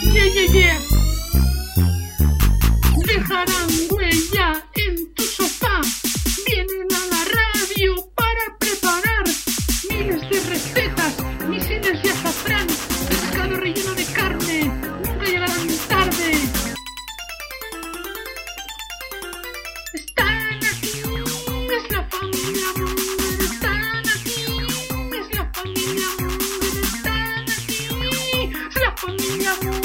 Yeah, yeah, yeah. Dejarán huella en tu sofá. Vienen a la radio para preparar miles de recetas, misiles de azafrán, pescado relleno de carne. Nunca llegarán tarde. Están aquí, es la familia Munger. Están aquí, es la familia Munger. Están aquí, es la familia Munger.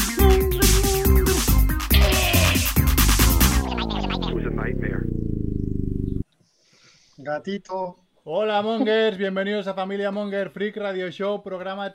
Gatito. Hola Mongers, bienvenidos a Familia Monger Freak Radio Show, programa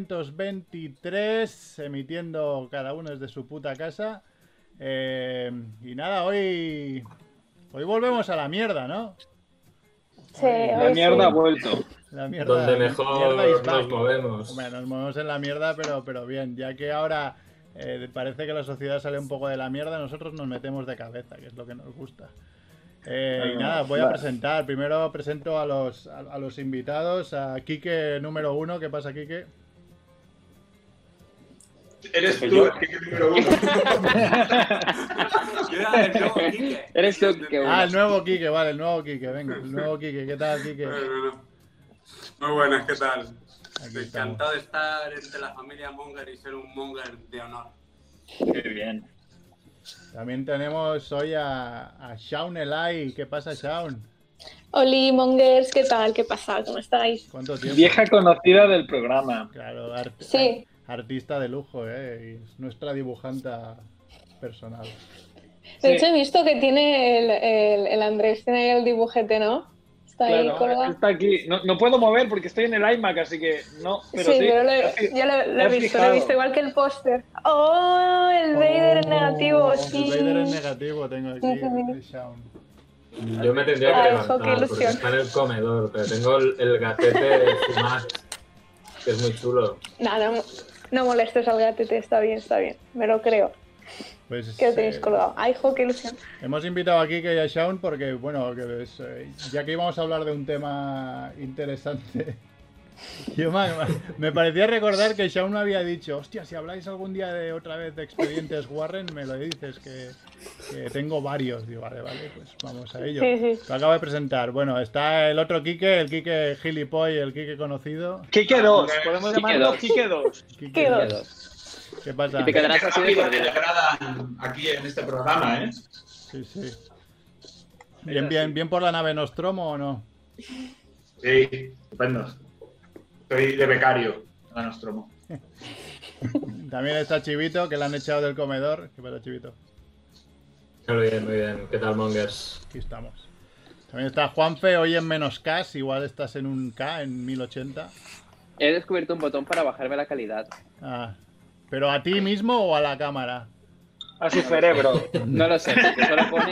323, emitiendo cada uno desde su puta casa. Y nada, hoy volvemos a la mierda, ¿no? Sí, La mierda ha vuelto. La mierda, Donde mejor mierda is back. nos movemos. Bueno, nos movemos en la mierda, pero bien, ya que ahora parece que la sociedad sale un poco de la mierda, nosotros nos metemos de cabeza, que es lo que nos gusta. Y nada, voy a presentar. Primero presento a los invitados. A Quique número 1. ¿Qué pasa, Quique? Eres tú, Quique número 1. Eres tú que El nuevo Quique, vale, el nuevo Quique. Venga, el nuevo Quique. ¿Qué tal, Quique? Muy buenas, ¿qué tal? Aquí Encantado de estar entre la familia Monger y ser un Monger de honor. Qué bien. También tenemos hoy a Shaun Elai. ¿Qué pasa, Shaun? Oli, Mongers, ¿qué tal? ¿Qué pasa? ¿Cómo estáis? ¿Cuánto tiempo? Vieja conocida del programa. Claro, Sí. artista de lujo, y es nuestra dibujanta personal. De hecho, he visto que tiene el Andrés, tiene ahí el dibujete, ¿no? Está ahí Claro, colgado. está aquí. No puedo mover porque estoy en el iMac, así que no. Pero sí, pero yo lo he has visto, fijado. igual que el póster. ¡Oh! El Vader en negativo, sí. El Vader en negativo tengo aquí, de Shaun. Yo me tendría que Ay, levantar qué ilusión. porque está en el comedor, pero tengo el gatete Fumat, que es muy chulo. Nada, no molestes al gatete, está bien, me lo creo. Pues, Que lo tenéis colgado. ¡Ay, jo, qué ilusión! hemos invitado aquí que a Shaun porque, bueno, ya que íbamos a hablar de un tema interesante, yo me parecía recordar que Shaun me había dicho, hostia, si habláis algún día de otra vez de Expedientes Warren, me lo dices, que tengo varios. Digo, vale, pues vamos a ello. Sí. Lo acabo de presentar. Bueno, está el otro Quique, el Quique Gilipoy, el Quique conocido. Quique 2. Podemos llamarlo Quique 2. ¿Qué dos? ¿Qué pasa? Y te quedarás así de Rápido, por que vida. te agradan aquí en este programa, ¿eh? Sí. Bien por la nave Nostromo, ¿o no? Sí, estupendo. Soy de becario, a Nostromo. También está Chivito, que le han echado del comedor. ¿Qué pasa, Chivito? Muy bien. ¿Qué tal, Mongers? Aquí estamos. También está Juanfe, hoy en menos K, igual estás en un K, en 1080. He descubierto un botón para bajarme la calidad. ¿Pero a ti mismo o a la cámara? A su cerebro. No lo sé, porque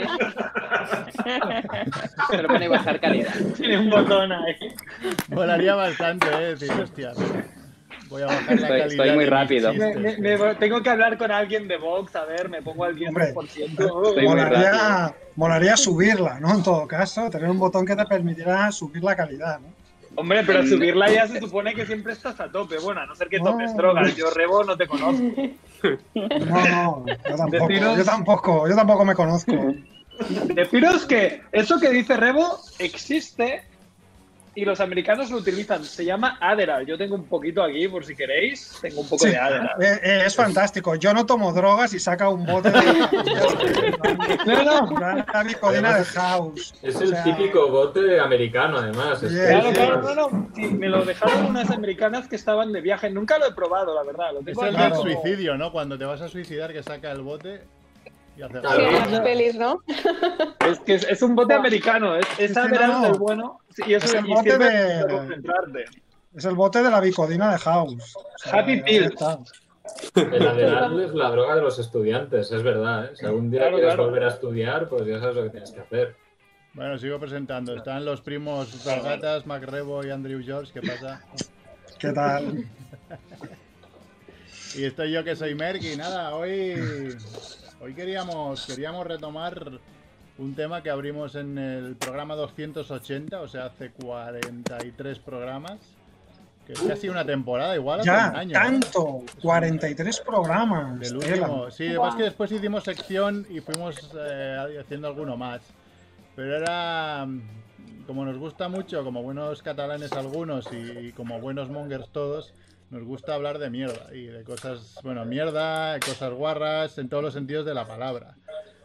solo pone bajar calidad. Tiene un botón ahí. Molaría bastante, decir, hostia, voy a bajar la calidad. Estoy muy de mis rápido. chistes. Tengo que hablar con alguien de Vox, a ver, me pongo al 10%. Estoy muy rápido. Molaría subirla, ¿no? En todo caso, tener un botón que te permitiera subir la calidad, ¿no? Hombre, pero subirla ya se supone que siempre estás a tope. Bueno, a no ser que tomes drogas. Yo, Rebo, no te conozco. No, yo tampoco me conozco. Deciros que eso que dice Rebo existe y los americanos lo utilizan. Se llama Adderall. Yo tengo un poquito aquí, por si queréis. Tengo un poco Sí, de Adderall. es fantástico. Yo no tomo drogas y saca un bote de la bicodina de House. Es el típico bote americano, además. Claro. Sí, me lo dejaron unas americanas que estaban de viaje. Nunca lo he probado, la verdad. Lo Es tengo el aquí del como- suicidio, ¿no? Cuando te vas a suicidar, que saca el bote y hace... Claro. Sí, en las pelis, ¿no? Es que es un bote americano. Es Sí, Adderall no. del bueno. Sí, y eso Es el y bote sirve de- para concentrarte. Es el bote de la bicodina de House. O sea, Happy ya Pills. está. El Adderall es la droga de los estudiantes, es verdad. Si algún día Claro, quieres claro. volver a estudiar, pues ya sabes lo que tienes que hacer. Bueno, sigo presentando. Están los primos Vargatas, Macrebo y Andrew George. ¿Qué pasa? ¿Qué tal? Y estoy yo, que soy Merck, y nada, hoy queríamos retomar un tema que abrimos en el programa 280, o sea, hace 43 programas, Que es casi una temporada, igual hace un Ya, año. tanto. 43 programas. Del Estela. último. Sí, además que después hicimos sección y fuimos haciendo alguno más. Pero era... Como nos gusta mucho, como buenos catalanes algunos y como buenos mongers todos, nos gusta hablar de mierda y de cosas, bueno, mierda, cosas guarras, en todos los sentidos de la palabra.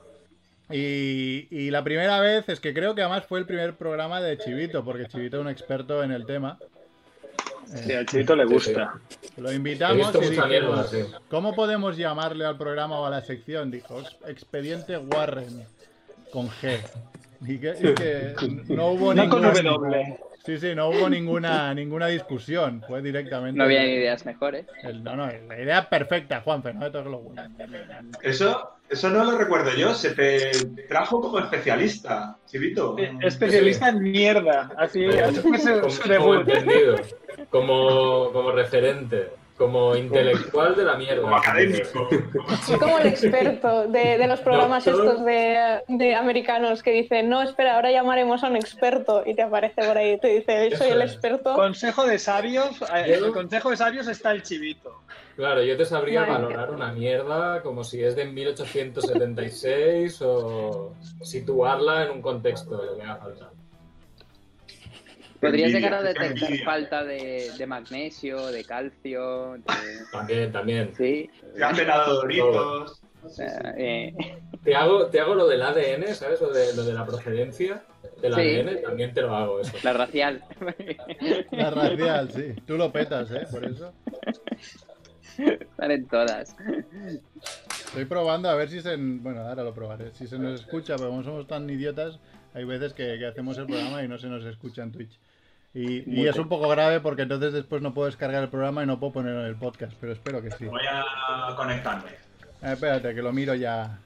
Y la primera vez es que creo que además fue el primer programa de Chivito, porque Chivito es un experto en el tema. Sí, al Chivito le gusta. Lo He invitamos visto y mucha mierda, dijimos, sí. ¿cómo podemos llamarle al programa o a la sección? Dijo, Expediente Warren, con G. Y que no hubo No con ningún... W. Sí, no hubo ninguna discusión, fue directamente... No había ideas mejores. No, la idea es perfecta, Juanfe, no de todo lo bueno. Eso no lo recuerdo yo. Se te trajo como especialista, Chivito. Especialista en mierda. Así fue su Como debut. entendido, como referente, como intelectual de la mierda. Como académico. Es como el experto de los programas Doctor. estos de americanos que dicen, no, espera, ahora llamaremos a un experto y te aparece por ahí y te dice, soy el experto. Consejo de sabios. En el consejo de sabios está el Chivito. Claro, yo te sabría Vale. valorar una mierda como si es de 1876 o situarla en un contexto de lo que haga falta. ¿Podrías Envidia, llegar a qué detectar envidia. falta de magnesio, de calcio? También. Sí. Te han pelado Doritos. O sea, Te hago lo del ADN, ¿sabes? Lo de la procedencia del Sí. ADN, también te lo hago eso. la racial. La racial, sí. Tú lo petas, por eso. Están en todas. Estoy probando a ver si bueno, ahora lo probaré. Si se nos escucha, pero como somos tan idiotas, hay veces que hacemos el programa y no se nos escucha en Twitch. Y es un poco grave porque entonces después no puedo descargar el programa y no puedo ponerlo en el podcast, pero espero que sí. Voy a conectarme. Espérate, que lo miro ya.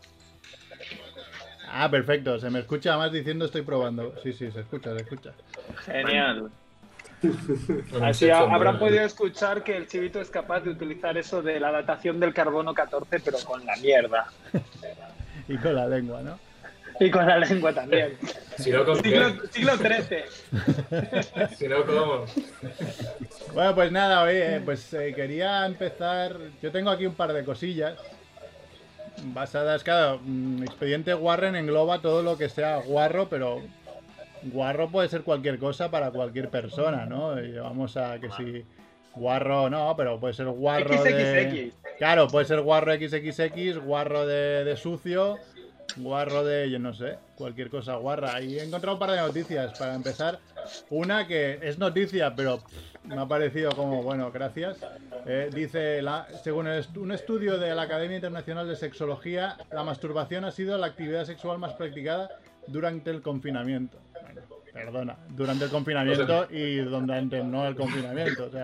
Ah, perfecto, se me escucha más diciendo estoy probando. Sí, se escucha. Genial. Bueno, Así sí, son habrán buenas. podido escuchar que el Chivito es capaz de utilizar eso de la datación del carbono 14, pero con la mierda. Y con la lengua, ¿no? Y con la lengua también. Si no, ¿con qué? Siglo XIII. Si no, ¿cómo? Bueno, pues nada, oye, quería empezar. Yo tengo aquí un par de cosillas basadas, claro, Expediente Warren engloba todo lo que sea guarro, pero guarro puede ser cualquier cosa para cualquier persona, ¿no? Y vamos a que si guarro no, pero puede ser guarro de... XXX. Claro, puede ser guarro XXX, guarro de sucio, guarro de, yo no sé, cualquier cosa guarra. Y he encontrado un par de noticias para empezar. Una que es noticia, pero me ha parecido como, bueno, gracias. Dice, según un estudio de la Academia Internacional de Sexología, la masturbación ha sido la actividad sexual más practicada durante el confinamiento. Bueno, perdona, durante el confinamiento y durante no el confinamiento. O sea,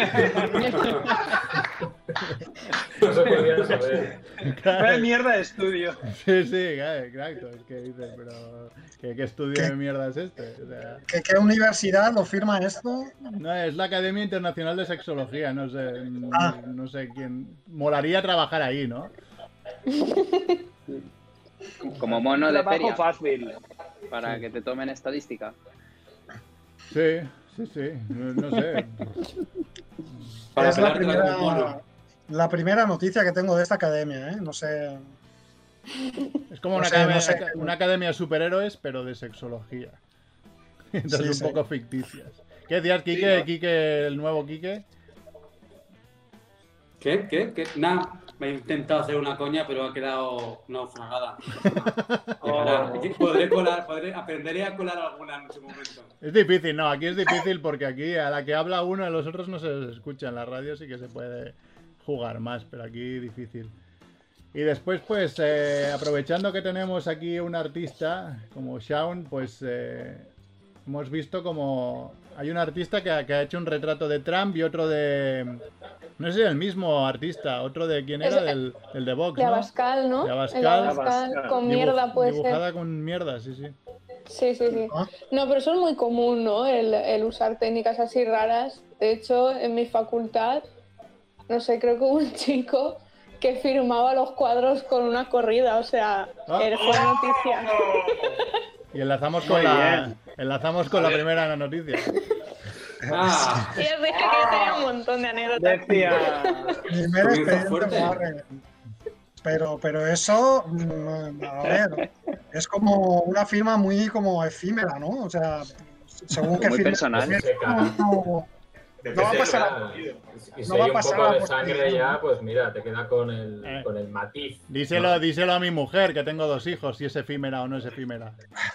No se podía saber. Vaya mierda de estudio. sí, claro, exacto. Es que dices, pero ¿qué estudio de mierda es este? O sea, ¿Qué universidad lo firma esto? no, es la Academia Internacional de Sexología, no sé, Ah. no sé quién. Molaría trabajar ahí, ¿no? Como mono de Trabajo feria. fácil. Para que te tomen estadística. Sí, no sé. Para Es la pelarte algún mono. primera noticia que tengo de esta academia, ¿eh? No sé. Es como No una, sé, academia, no sé. una academia de superhéroes, pero de sexología. Entonces Sí, un poco ficticias. ¿Qué decías, Quique? ¿no? Quique, el nuevo Quique. ¿Qué? Nada, me he intentado hacer una coña, pero ha quedado naufragada. Aprenderé a colar alguna en su momento. Es difícil, no, aquí es difícil porque aquí a la que habla uno, a los otros no se les escucha. En la radio sí que se puede jugar más, pero aquí difícil. Y después, pues, aprovechando que tenemos aquí un artista como Shaun, pues hemos visto como hay un artista que ha hecho un retrato de Trump y otro de... No sé si el mismo artista, otro de quién era, Es- del de Vox, De ¿no? Abascal, ¿no? De Abascal. El de Abascal, Abascal. con mierda puede Dibujada ser. con mierda, sí. Sí. Ah. No, pero eso es muy común, ¿no? El usar técnicas así raras. De hecho, en mi facultad, no sé, creo que hubo un chico que firmaba los cuadros con una corrida, o sea, Ah. fue noticia. Y enlazamos Muy con la primera noticia. Ah, Y os dije que yo tenía un montón de anécdotas. Decía. Primer Comienza expediente fuerte. Warren. Pero eso, a ver, es como una firma muy como efímera, ¿no? O sea, según qué Muy firma. personal. No, Depende va a del pasar grado. a- Y si No va hay a un pasar poco a de la sangre posteridad, ya, pues mira, te queda con el matiz. Díselo a mi mujer, que tengo 2 hijos, si es efímera o no es efímera.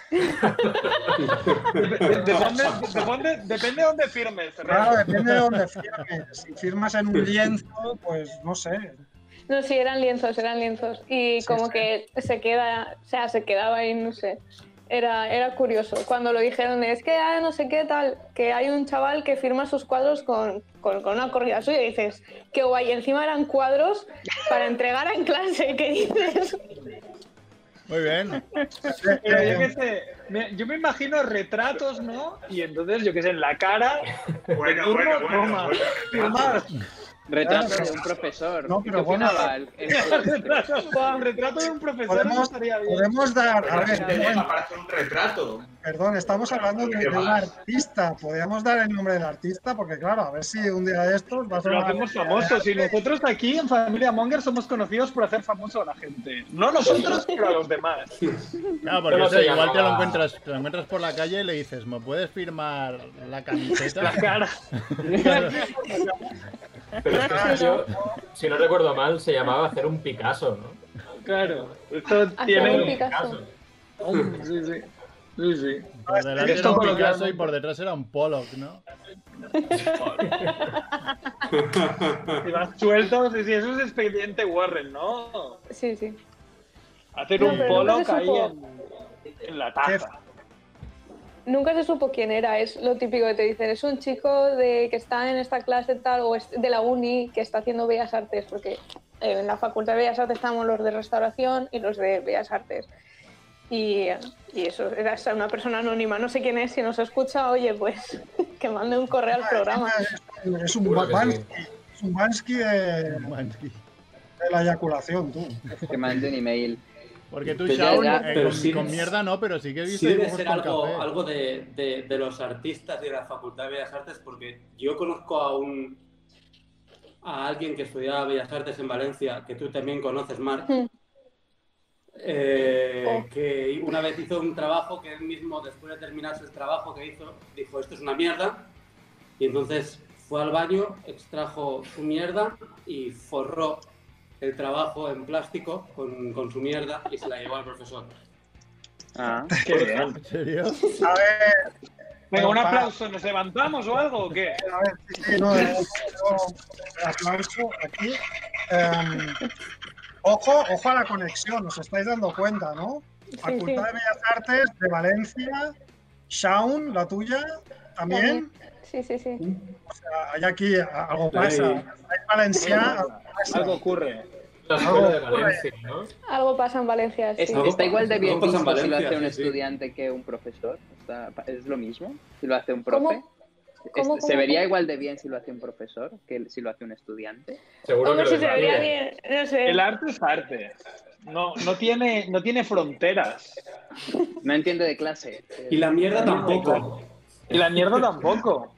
Depende de dónde firmes. Claro, depende de dónde firmes. Si firmas en un lienzo, pues no sé. No, sí, eran lienzos. Y Sí, como sí. que se quedaba ahí, no sé. Era curioso. Cuando lo dijeron, es que no sé qué tal, que hay un chaval que firma sus cuadros con una corrida suya, y dices, qué guay. Y encima eran cuadros para entregar en clase, ¿qué dices? Muy bien. Pero yo qué sé, yo me imagino retratos, ¿no? Y entonces, yo qué sé, en la cara. Bueno, turno, bueno, bueno, toma. bueno. Firmar. Retrato Claro, de un profesor. no, ¿Qué pero bueno, opinaba Un retrato de un profesor no estaría bien. podemos dar. A La ver, gente llega para hacer un retrato. perdón, estamos hablando de un artista. ¿Podríamos dar el nombre del artista? Porque, claro, a ver si un día de estos va a ser Lo una hacemos galería de famosos. Y arte. nosotros aquí en Familia Monger somos conocidos por hacer famoso a la gente. No nosotros, pero a los demás. Claro, porque ¿Cómo eso, se igual te lo llamaba? encuentras por la calle y le dices, ¿me puedes firmar la camiseta? La cara. Claro. Pero es que si no recuerdo mal, se llamaba hacer un Picasso, ¿no? Claro. Esto Hacer tiene. un Picasso. Sí, sí. Sí, sí. Por delante Esto era un coloquialmente- Picasso y por detrás era un Pollock, ¿no? Si vas suelto, sí, sí, eso es expediente Warren, ¿no? Sí, sí. Hacer No, un pero nunca Pollock se ahí supo. en la taza. Nunca se supo quién era, es lo típico que te dicen, es un chico que está en esta clase tal, o es de la uni que está haciendo Bellas Artes, porque en la Facultad de Bellas Artes estamos los de Restauración y los de Bellas Artes. Y eso, era una persona anónima, no sé quién es, si nos escucha, oye, pues que mande un correo al programa. Es un Seguro que Bansky. sí. Es un Bansky de Mansky. la eyaculación, tú. Que mande un email. Porque tú, Pero Shaun, ya, pero con, sí- con mierda no, pero sí que he visto Sí debe dibujos ser con algo, café. algo de los artistas de la Facultad de Bellas Artes, porque yo conozco a alguien que estudiaba Bellas Artes en Valencia, que tú también conoces, Marc, Mm. que una vez hizo un trabajo que él mismo, después de terminarse el trabajo que hizo, dijo, esto es una mierda, y entonces fue al baño, extrajo su mierda y forró el trabajo en plástico con su mierda y se la llevó al profesor. Ah, Qué bien. ¿En serio? A ver, Venga, un aplauso, ¿nos levantamos o algo o qué? a ver, sí, no, aplauso aquí. Ojo a la conexión, os estáis dando cuenta, ¿no? Facultad sí. de Bellas Artes de Valencia, Shaun, la tuya, también. Sí, sí, sí. O sea, hay aquí algo pasa. Ahí. Estáis Valencia, algo pasa. Algo ocurre. La escuela de Valencia, ¿no? Algo pasa en Valencia, sí. ¿Está igual de bien Algo pasa en visto si lo Valencia, hace un sí, sí. estudiante que un profesor? ¿Es lo mismo? Si lo hace un profe. ¿Cómo? ¿Cómo, ¿Se cómo, vería cómo? igual de bien si lo hace un profesor que si lo hace un estudiante? Seguro que Hombre, lo si se vería desafía. bien, no sé. El arte es arte. No tiene fronteras. No entiendo de clase. Y la mierda tampoco. Y la mierda tampoco.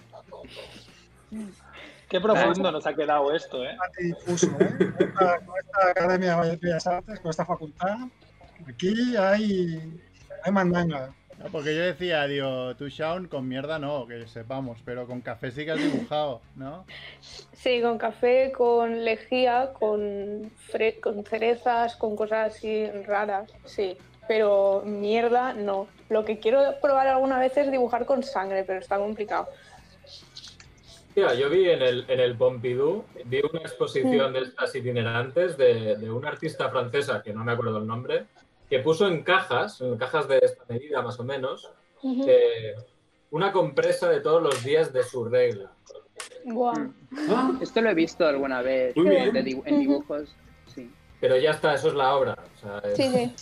Qué profundo nos ha quedado esto, ¿eh? Antidifuso, ¿eh? Con esta Academia de Bellas Artes, con esta facultad, aquí hay mandanga. No, porque yo decía, digo, tú, Shaun, con mierda no, que sepamos, pero con café sí que has dibujado, ¿no? Sí, con café, con lejía, con cerezas, con cosas así raras, sí. Pero mierda, no. Lo que quiero probar alguna vez es dibujar con sangre, pero está complicado. Tía, yo vi en el Pompidou, vi una exposición de estas itinerantes de una artista francesa, que no me acuerdo el nombre, que puso en cajas de esta medida más o menos, una compresa de todos los días de su regla. Buah. Ah, Esto lo he visto alguna vez Muy bien. en dibujos. Sí. Pero ya está, eso es la obra. O sea, es- Sí, sí.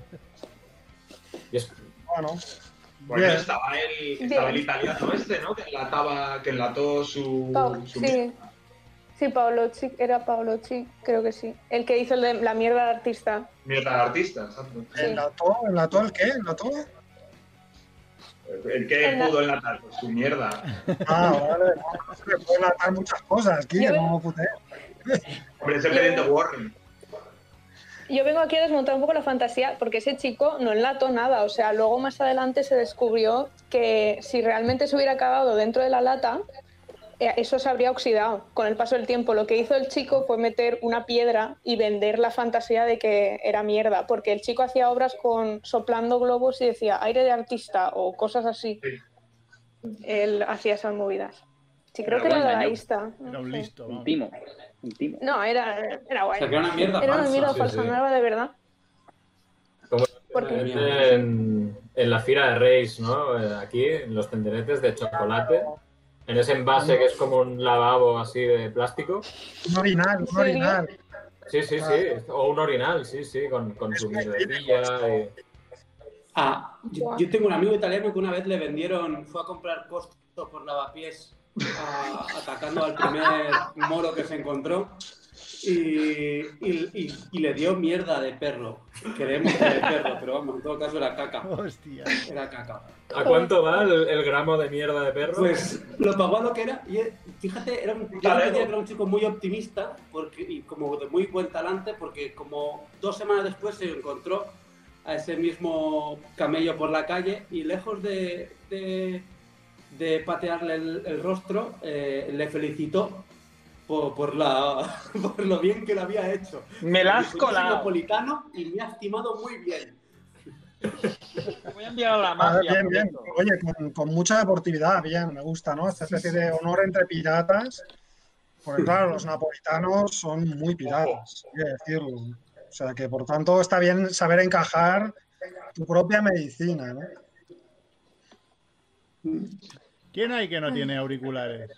y es- Bueno, Bueno, bien. estaba el italiano este, ¿no? Que enlató su Sí. mierda. Sí, Paolucci, era Paolucci, creo que sí. El que hizo el de la mierda de artista. Mierda de artista, exacto. Sí. ¿Enlató el qué? ¿Enlató? ¿El qué pudo enlatar? Pues su mierda. Vale. No, se le puede enlatar muchas cosas, Kike, no puteo. Hombre, ese expediente Warren. Yo vengo aquí a desmontar un poco la fantasía, porque ese chico no enlató nada. O sea, luego más adelante se descubrió que si realmente se hubiera acabado dentro de la lata, eso se habría oxidado con el paso del tiempo. Lo que hizo el chico fue meter una piedra y vender la fantasía de que era mierda, porque el chico hacía obras soplando globos y decía aire de artista o cosas así. Sí. Él hacía esas movidas. Sí, creo que era dadaísta. Era un listo, un timo. No, era guay. O sea, que era una mierda era falsa. Una mierda falsa, no era de verdad. Como en la Fira de Reis, ¿no? Aquí, en los tenderetes de chocolate. En ese envase que es como un lavabo así de plástico. Un orinal. Sí. O un orinal, sí, con su mierdecilla. Yo tengo un amigo italiano que una vez le vendieron, fue a comprar costos por lavapiés atacando al primer moro que se encontró y le dio mierda de perro. Creemos que de perro, pero vamos, en todo caso era caca. Hostia. Era caca. ¿A cuánto va el gramo de mierda de perro? Pues lo pagó a lo que era. Y fíjate, era un chico muy optimista y como de muy buen talante, porque como 2 semanas después se encontró a ese mismo camello por la calle y lejos de patearle el rostro, le felicitó por lo bien que lo había hecho. Me la has colado. Soy napolitano y me ha estimado muy bien. Voy a enviar a la mafia. Bien. Oye, con mucha deportividad, bien, me gusta, ¿no? Esta especie de honor entre piratas. Porque claro, los napolitanos son muy piratas, hay que decirlo. O sea que por tanto está bien saber encajar tu propia medicina, ¿no? ¿Quién hay que no tiene auriculares?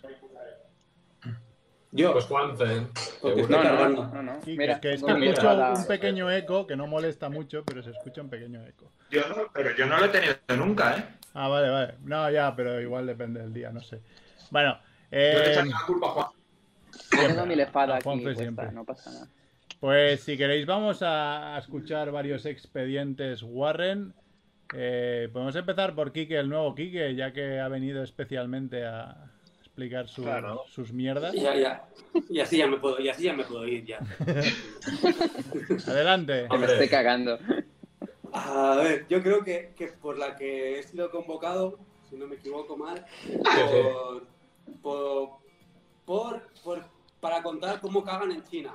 Yo. Pues Juanfe. Porque estoy cargando. No. Sí, Mira, es que mira, escucho mira. un pequeño eco que no molesta mucho, pero se escucha un pequeño eco. Pero yo no lo he tenido nunca, ¿eh? Ah, vale. No, ya, pero igual depende del día, no sé. Bueno, Yo le echo la culpa a Juan. Yo tengo mi espada aquí Juanfe puesta, siempre. no pasa nada. Pues si queréis vamos a escuchar varios expedientes Warren. Podemos empezar por Quique, el nuevo Quique, ya que ha venido especialmente a explicar sus mierdas. Ya. Y así ya me puedo ir ya. Adelante. Me estoy cagando. A ver, yo creo que por la que he sido convocado, si no me equivoco mal, para contar cómo cagan en China.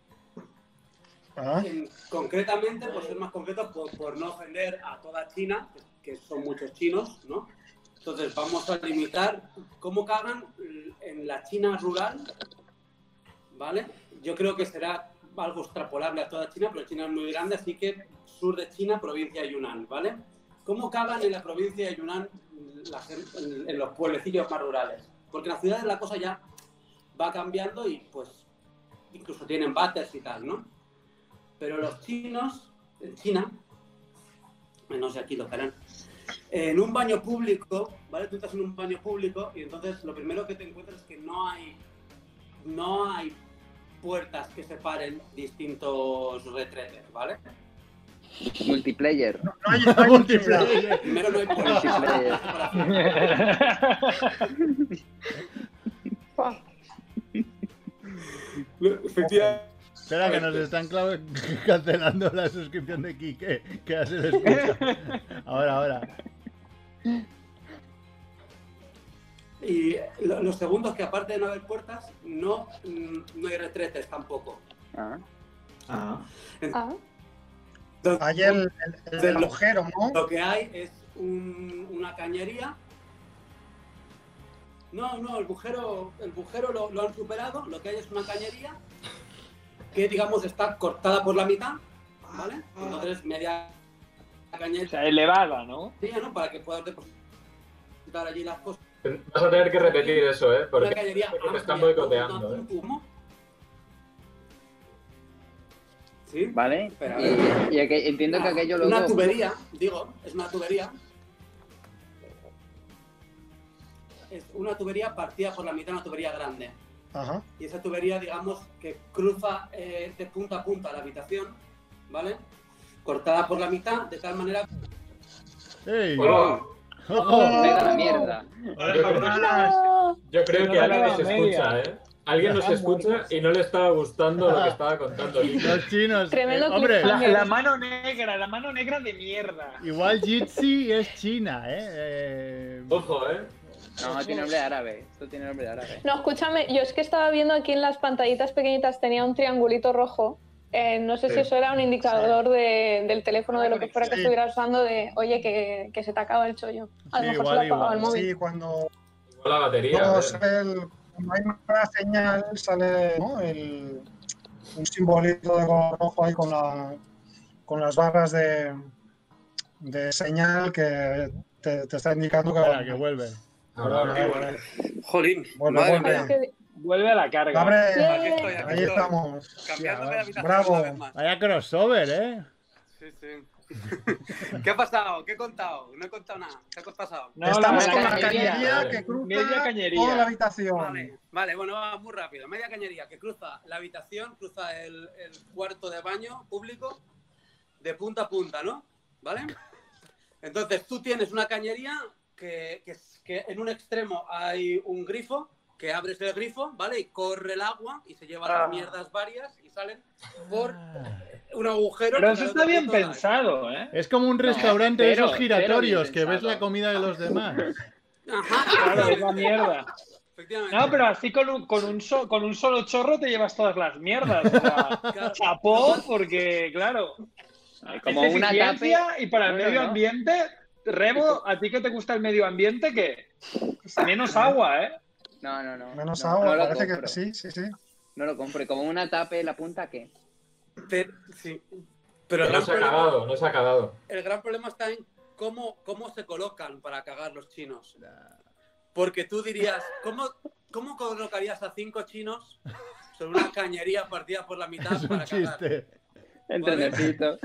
Concretamente, por ser más concretos, por no ofender a toda China, que son muchos chinos, ¿no? Entonces vamos a limitar cómo cagan en la China rural, ¿vale? Yo creo que será algo extrapolable a toda China, pero China es muy grande, así que sur de China, provincia de Yunnan, ¿vale? ¿Cómo cagan en la provincia de Yunnan en los pueblecillos más rurales? Porque en las ciudades la cosa ya va cambiando y pues incluso tienen váteres y tal, ¿no? Pero los chinos, en China, no sé, aquí lo harán, en un baño público, ¿vale? Tú estás en un baño público y entonces lo primero que te encuentras es que no hay puertas que separen distintos retretes, ¿vale? Multiplayer. No hay multiplayer. Primero no hay puertas. Efectivamente. Espera, que nos están cancelando la suscripción de Quique, que ya se le escucha. Ahora. Y los segundos que aparte de no haber puertas, no hay retretes tampoco. Hay el agujero, ¿no? Lo que hay es una cañería. No, el bujero lo han superado. Lo que hay es una cañería que, digamos, está cortada por la mitad, ¿vale? Entonces, media cañería. O sea, elevada, ¿no? Sí, ¿no? Para que puedas depositar allí las cosas. Vas a tener que repetir eso, ¿eh? Porque Una cañería te están amplia, boicoteando, un tubo. ¿Sí? ¿Vale? Espera, Y entiendo que aquello luego... Una tubería, es una tubería. Es una tubería partida por la mitad, una tubería grande. Ajá. Y esa tubería, digamos, que cruza de punta a punta la habitación, ¿vale? Cortada por la mitad, de tal manera... ¡Ey! Hola. ¡Ojo! Negra la mierda. Yo creo que No alguien la nos media. escucha, ¿eh? Alguien nos escucha y no le estaba gustando lo que estaba contando Nico. Los chinos. Tremendo Hombre, cliffhanger. La mano negra de mierda. igual Jitsi es China, ¿eh? Ojo, ¿eh? No, tiene nombre árabe. Esto tiene nombre árabe. No, escúchame, yo es que estaba viendo aquí en las pantallitas pequeñitas tenía un triangulito rojo. No sé si eso era un indicador del teléfono, de lo que fuera que Sí. estuvieras usando, de oye, que se te acaba el chollo. A lo Sí, mejor igual, se le ha apagado igual. el móvil. Sí, cuando Igual la batería. no, a ver. cuando hay una señal sale, ¿no? Un simbolito de color rojo ahí con las barras de señal que te está indicando Espera, que vuelve. Ahora, Jolín, Vuelve, madre vuelve. mía. Es que- Vuelve a la carga. Abre, Aquí estoy, aquí ahí estoy. estamos. Cambiándome de habitación Bravo. una vez más. Vaya crossover, ¿eh? Sí, sí. ¿Qué ha pasado? ¿Qué he contado? No he contado nada. ¿Qué ha pasado? No, Estamos la con la cañería. cañería que Media cruza cañería. toda la habitación. Vale, bueno, va muy rápido. Media cañería que cruza la habitación, cruza el cuarto de baño público de punta a punta, ¿no? ¿Vale? Entonces tú tienes una cañería que en un extremo hay un grifo, que abres el grifo, ¿vale? Y corre el agua y se lleva las mierdas varias y salen por un agujero. Pero que eso al está otro bien punto no hay. pensado, ¿eh? Es como un restaurante de cero, esos cero giratorios bien que ves pensado. la comida de los demás. Ajá, Claro, es la mierda. efectivamente. No, pero así con un solo chorro te llevas todas las mierdas. O sea, Claro. chapó, porque, claro, Como es una eficiencia tape. y para el No, no, medio no. ambiente, Rebo, ¿a ti que te gusta el medio ambiente? ¿Qué? Menos agua, ¿eh? No, no, no. Menos no, agua, no lo parece que compro. sí, sí, sí. No lo compro. Y como una tape la punta, ¿qué? Sí. Pero el No gran, se ha problema, acabado, no se ha acabado. el gran problema está en cómo se colocan para cagar los chinos. Porque tú dirías, ¿cómo colocarías a 5 chinos sobre una cañería partida por la mitad Es un para cagar? chiste. El Vale. trenecito.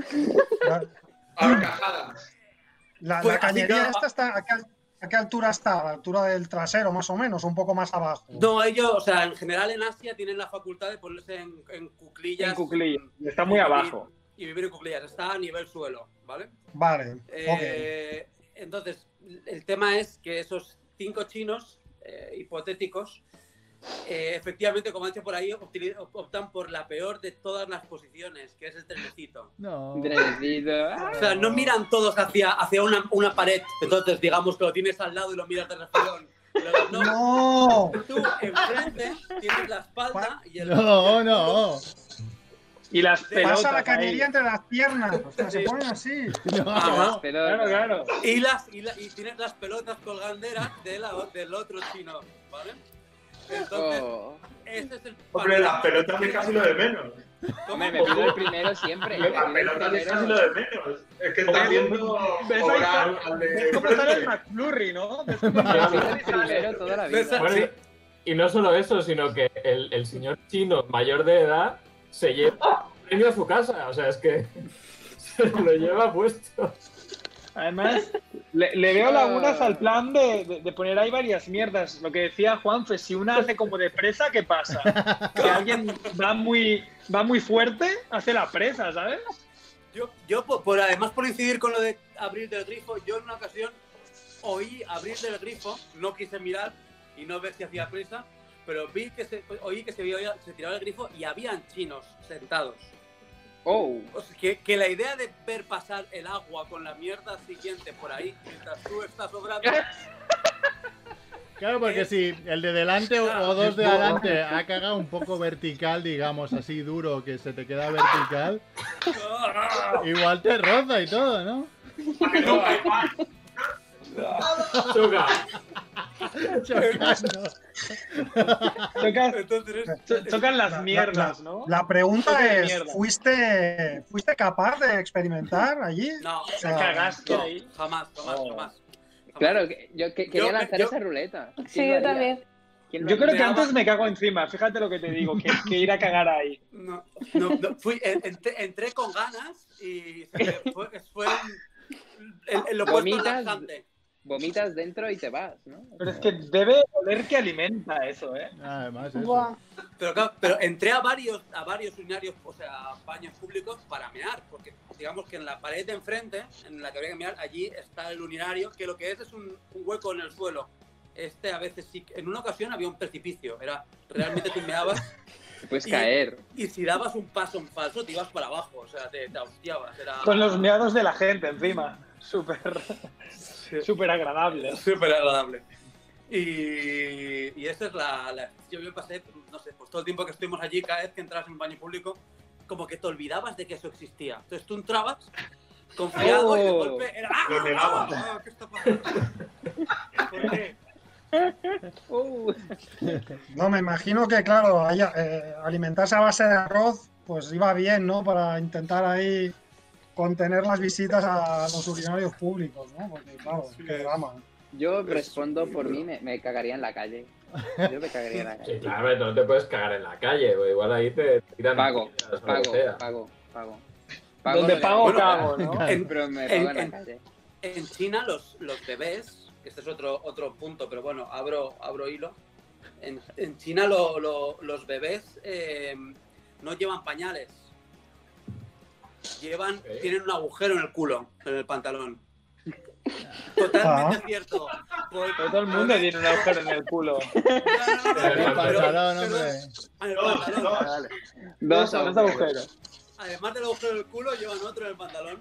Ahorcajadas. La Pues así cañería que- esta está, ¿a qué altura está? ¿A la altura del trasero, más o menos? ¿Un poco más abajo? No, ellos, o sea, en general en Asia tienen la facultad de ponerse en cuclillas. En cuclillas. Está muy y vivir- abajo. Y vivir en cuclillas. Está a nivel suelo, ¿vale? Vale, Entonces, el tema es que esos 5 chinos hipotéticos, efectivamente, como han dicho por ahí, optan por la peor de todas las posiciones, que es el trenecito. No. Un trenecito. O sea, no miran todos hacia una pared, entonces digamos que lo tienes al lado y lo miras de refilón. Luego, no, ¡No! tú enfrente tienes la espalda y el... No, no. Y las pelotas. Pasa la ahí. cañería entre las piernas. O sea, se Sí. ponen así. Ajá. Pero, Claro, claro. Y tienes las pelotas colganderas del otro chino, ¿vale? Entonces, Oh. ese es el Hombre, las pelotas es casi lo de menos. Hombre, me pido el primero siempre. Me Las pido el pelotas es casi primero. lo de menos. Es que estás viendo ¿Ves ahí obrar al de Es como estar en enfrente. McFlurry, ¿no? Me pido el primero toda la vida. Bueno, Sí. y no solo eso, sino que el señor chino mayor de edad se lleva un premio a su casa. O sea, es que se lo lleva puesto. Además, le veo lagunas al plan de poner ahí varias mierdas. Lo que decía Juanfe, si una hace como de presa, ¿qué pasa? Que alguien va muy fuerte, hace la presa, ¿sabes? Yo además por incidir con lo de abrir del grifo, yo en una ocasión oí abrir del grifo, no quise mirar y no ver si hacía presa, pero oí que se tiraba el grifo y habían chinos sentados. Oh. O sea, que la idea de ver pasar el agua con la mierda siguiente por ahí mientras tú estás obrando. Claro, porque si el de delante o dos de adelante ha cagado un poco vertical, digamos, así duro, que se te queda vertical, igual te roza y todo, ¿no? Choca. Chocando. Chocan las mierdas, ¿no? La pregunta Choque de es, mierda. ¿fuiste capaz de experimentar allí? No, Te cagaste no, ahí. jamás. Claro, yo quería lanzar yo- esa ruleta. Sí, ¿Quién lo yo haría? también. ¿Quién lo Yo creo haría? que antes me cago encima, fíjate lo que te digo, que ir a cagar ahí. No, entré con ganas y fue lo opuesto Vomitas. relajante. vomitas dentro y te vas, ¿no? Pero es que debe oler que alimenta eso, ¿eh? Además, eso. Buah. Pero claro, pero entré a varios urinarios, o sea, baños públicos para mear, porque digamos que en la pared de enfrente, en la que habría que mear, allí está el urinario, que lo que es un hueco en el suelo. A veces sí, en una ocasión había un precipicio, era realmente te meabas. Te puedes caer. Y si dabas un paso en falso, te ibas para abajo, o sea, te hostiabas. Era... Con los meados de la gente encima. Súper agradable. Súper agradable. Y esa es yo me pasé, no sé, pues todo el tiempo que estuvimos allí, cada vez que entras en un baño público, como que te olvidabas de que eso existía. Entonces tú entrabas confiado y de golpe era... ¡Ah! Lo negabas. ¿Qué está pasando? ¿Por qué? No, me imagino que, claro, alimentarse a base de arroz, pues iba bien, ¿no? Para intentar ahí contener las visitas a los urinarios públicos, ¿no? Porque, claro, qué drama. Yo respondo por mí, me cagaría en la calle. Yo me cagaría en la calle. Sí, claro, pero no te puedes cagar en la calle, o igual ahí te tiran. Pago. Donde pago, cago, ¿no? Pero me pago en la calle. En China los bebés, este es otro punto, pero bueno, abro hilo. En China los bebés no llevan pañales. Tienen un agujero en el culo, en el pantalón. Totalmente cierto. Todo el mundo tiene un agujero en el culo. El pantalón, hombre. En el pantalón. Dos agujeros. Además del agujero del culo, llevan otro en el pantalón.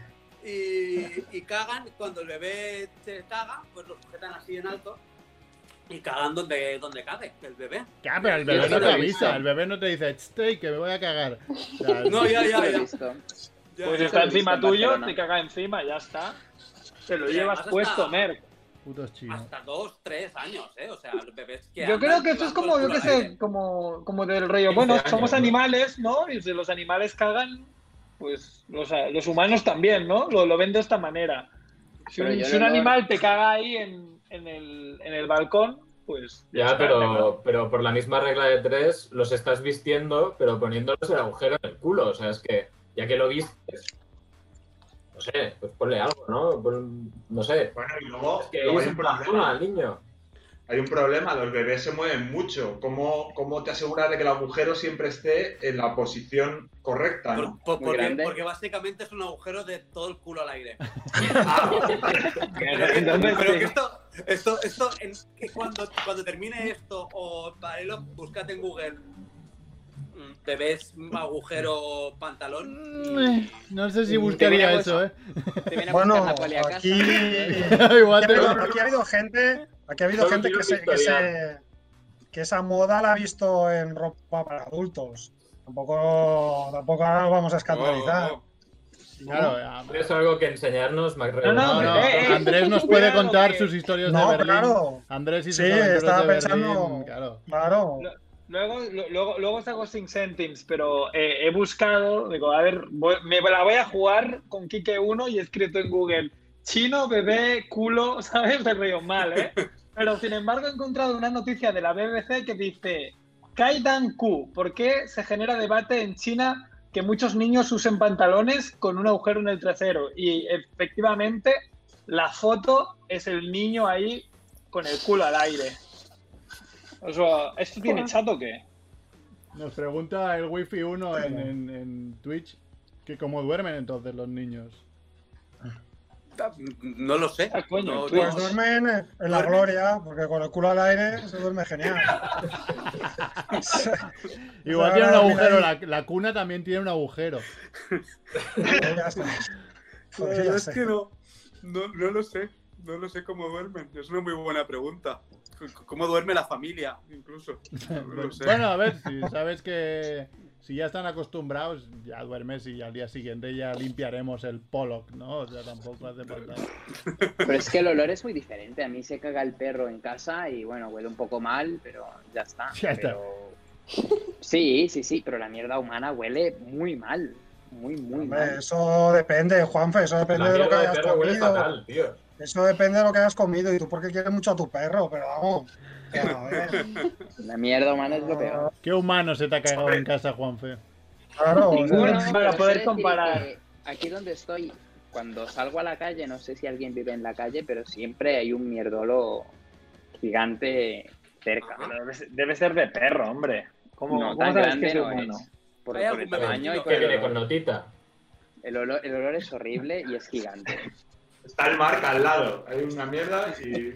Y cagan, cuando el bebé se caga, pues lo sujetan así en alto y cagan donde cague el bebé. Ya, pero el bebé no te avisa, el bebé no te dice, estoy que me voy a cagar. O sea, No, ya. Pues está encima tuyo, te caga encima, ya está. Te lo llevas puesto, Merck. Putos chinos. Hasta 2, 3 años, ¿eh? O sea, los bebés que Yo creo que esto es como, yo qué sé, como del rollo. Bueno, somos animales, ¿no? Y si los animales cagan, pues los humanos también, ¿no? Lo ven de esta manera. Si un animal te caga ahí en el balcón, pues... Ya, pero por la misma regla de 3, los estás vistiendo, pero poniéndoles el agujero en el culo. O sea, es que, ya que lo vistes, no sé, pues ponle algo, ¿no? No sé. Bueno, y luego, Es que luego hay un problema al niño. Hay un problema, los bebés se mueven mucho. ¿Cómo te aseguras de que el agujero siempre esté en la posición correcta, ¿no? Porque básicamente es un agujero de todo el culo al aire. Pero que esto que cuando termine esto, o paralelo, búscate en Google bebés agujero pantalón. No sé si buscaría eso, ¿eh? Bueno, aquí ha habido gente que esa moda la ha visto en ropa para adultos. Tampoco ahora nos vamos a escandalizar. Claro, ¿Tienes algo que enseñarnos, MacRedo? No, Andrés nos puede contar sus historias de Berlín. Claro. Andrés y sus estaba de pensando. Berlín, Claro. Luego os hago sin sentence, pero he buscado, digo, a ver, me la voy a jugar con Kike 1 y he escrito en Google chino, bebé, culo, ¿sabes? Me río mal, ¿eh? Pero sin embargo he encontrado una noticia de la BBC que dice Kaidan Q, ¿por qué se genera debate en China que muchos niños usen pantalones con un agujero en el trasero? Y efectivamente la foto es el niño ahí con el culo al aire. O sea, ¿esto tiene chat o qué? Nos pregunta el Wi-Fi 1 en Twitch que cómo duermen entonces los niños. No lo sé. Pues duermen en la gloria, porque con el culo al aire se duerme genial. Igual tiene un agujero, la cuna también tiene un agujero. La verdad es que no lo sé. No lo sé cómo duermen. Es una muy buena pregunta. ¿Cómo duerme la familia, incluso? No lo sé. Bueno, a ver, si sabes que si ya están acostumbrados, ya duermes y al día siguiente ya limpiaremos el Pollock, ¿no? O sea, tampoco hace falta. Pero es que el olor es muy diferente. A mí se caga el perro en casa y bueno, huele un poco mal, pero ya está. Sí, pero la mierda humana huele muy mal. Muy mal. Eso depende, Juanfe, eso depende de lo que hayas comido. Huele fatal, tío. Eso depende de lo que hayas comido y tú porque quieres mucho a tu perro, pero vamos. La mierda humana es lo peor. ¿Qué humano se te ha cagado en casa, Juanfe? Claro, ninguno para poder comparar. Aquí donde estoy, cuando salgo a la calle, no sé si alguien vive en la calle, pero siempre hay un mierdolo gigante cerca. Pero debe ser de perro, hombre. No, ¿Cómo tan sabes grande que es no humano? es. Por ¿Hay el algún tamaño y por Que el viene con olor. notita. El olor es horrible y es gigante. Está el Marc al lado. Hay una mierda y...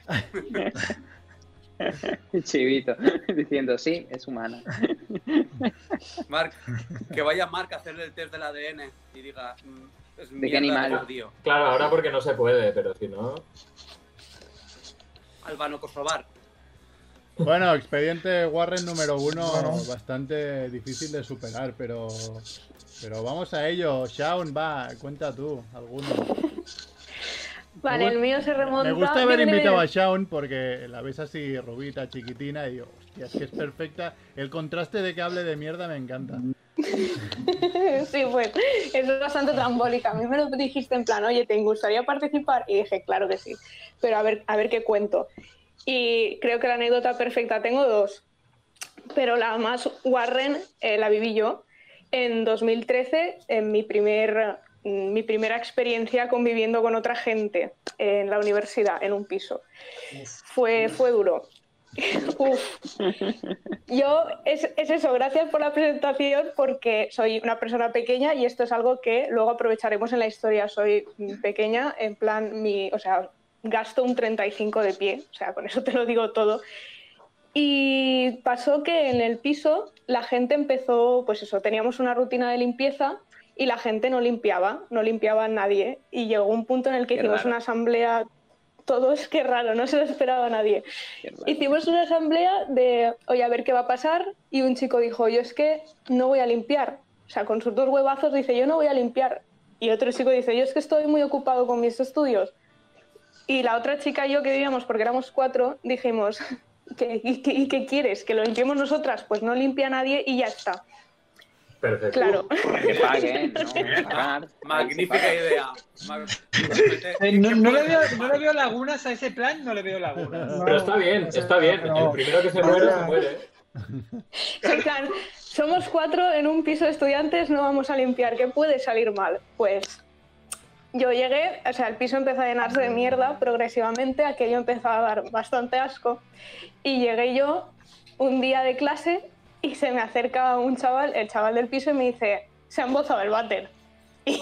Chivito, diciendo, sí, es humana. Marc, que vaya Marc a hacerle el test del ADN y diga, es qué mierda animal? de judío. Claro, ahora porque no se puede, pero si no... Albano-kosovar. Bueno, expediente Warren número 1, Bueno. bastante difícil de superar, pero vamos a ello. Shaun, va, cuenta tú, alguno. Vale, el mío se remonta... Me gusta haber Dime, invitado dime. a Shaun porque la ves así rubita, chiquitina, y digo, hostia, es que es perfecta. El contraste de que hable de mierda me encanta. Sí, pues es bastante trambólica. A mí me lo dijiste en plan, oye, ¿te gustaría participar? Y dije, claro que sí, pero a ver qué cuento. Y creo que la anécdota perfecta, tengo dos, pero la más Warren la viví yo en 2013, en mi primera experiencia conviviendo con otra gente en la universidad, en un piso. Fue duro. Uf. Yo, es eso, gracias por la presentación, porque soy una persona pequeña y esto es algo que luego aprovecharemos en la historia. Soy pequeña, en plan, gasto un 35 de pie, o sea, con eso te lo digo todo. Y pasó que en el piso la gente empezó, pues eso, teníamos una rutina de limpieza y la gente no limpiaba nadie. Y llegó un punto en el que hicimos una asamblea, todos, qué raro, no se lo esperaba a nadie. Hicimos una asamblea de, oye, a ver qué va a pasar, y un chico dijo, yo es que no voy a limpiar. O sea, con sus 2 huevazos dice, yo no voy a limpiar. Y otro chico dice, yo es que estoy muy ocupado con mis estudios. Y la otra chica y yo que vivíamos, porque éramos 4, dijimos, ¿y qué quieres? ¿Que lo limpiemos nosotras? Pues no limpia nadie y ya está. Perfecto. Claro. Que paguen, ¿no? Pagar. Magnífica idea. No le veo lagunas a ese plan, no le veo lagunas. Pero está bien, está bien. El primero que se muere, se muere. En plan, somos 4 en un piso de estudiantes, no vamos a limpiar, ¿qué puede salir mal? Pues yo llegué, o sea, el piso empezó a llenarse de mierda progresivamente, aquello empezó a dar bastante asco, y llegué yo un día de clase y se me acerca un chaval, el chaval del piso, y me dice, se ha embozado el váter. Y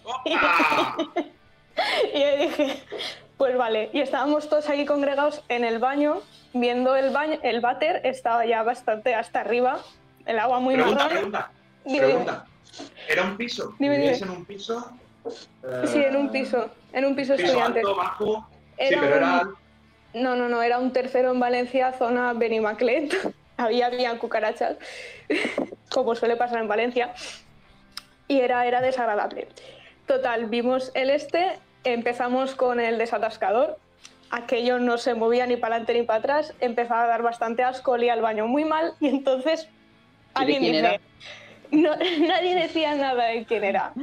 yo dije, pues vale, y estábamos todos aquí congregados en el baño, viendo el váter estaba ya bastante hasta arriba, el agua muy marrón. Pregunta. ¿Era un piso? Dime. ¿Vivíais en un piso? Sí, en un piso estudiantes. Alto, bajo. Era Sí, pero era... No, era un tercero en Valencia, zona Benimaclet. Había cucarachas, como suele pasar en Valencia, y era desagradable. Total, vimos empezamos con el desatascador, aquello no se movía ni para adelante ni para atrás, empezaba a dar bastante asco, olía al baño muy mal, y entonces alguien dice... No, nadie decía nada de quién era.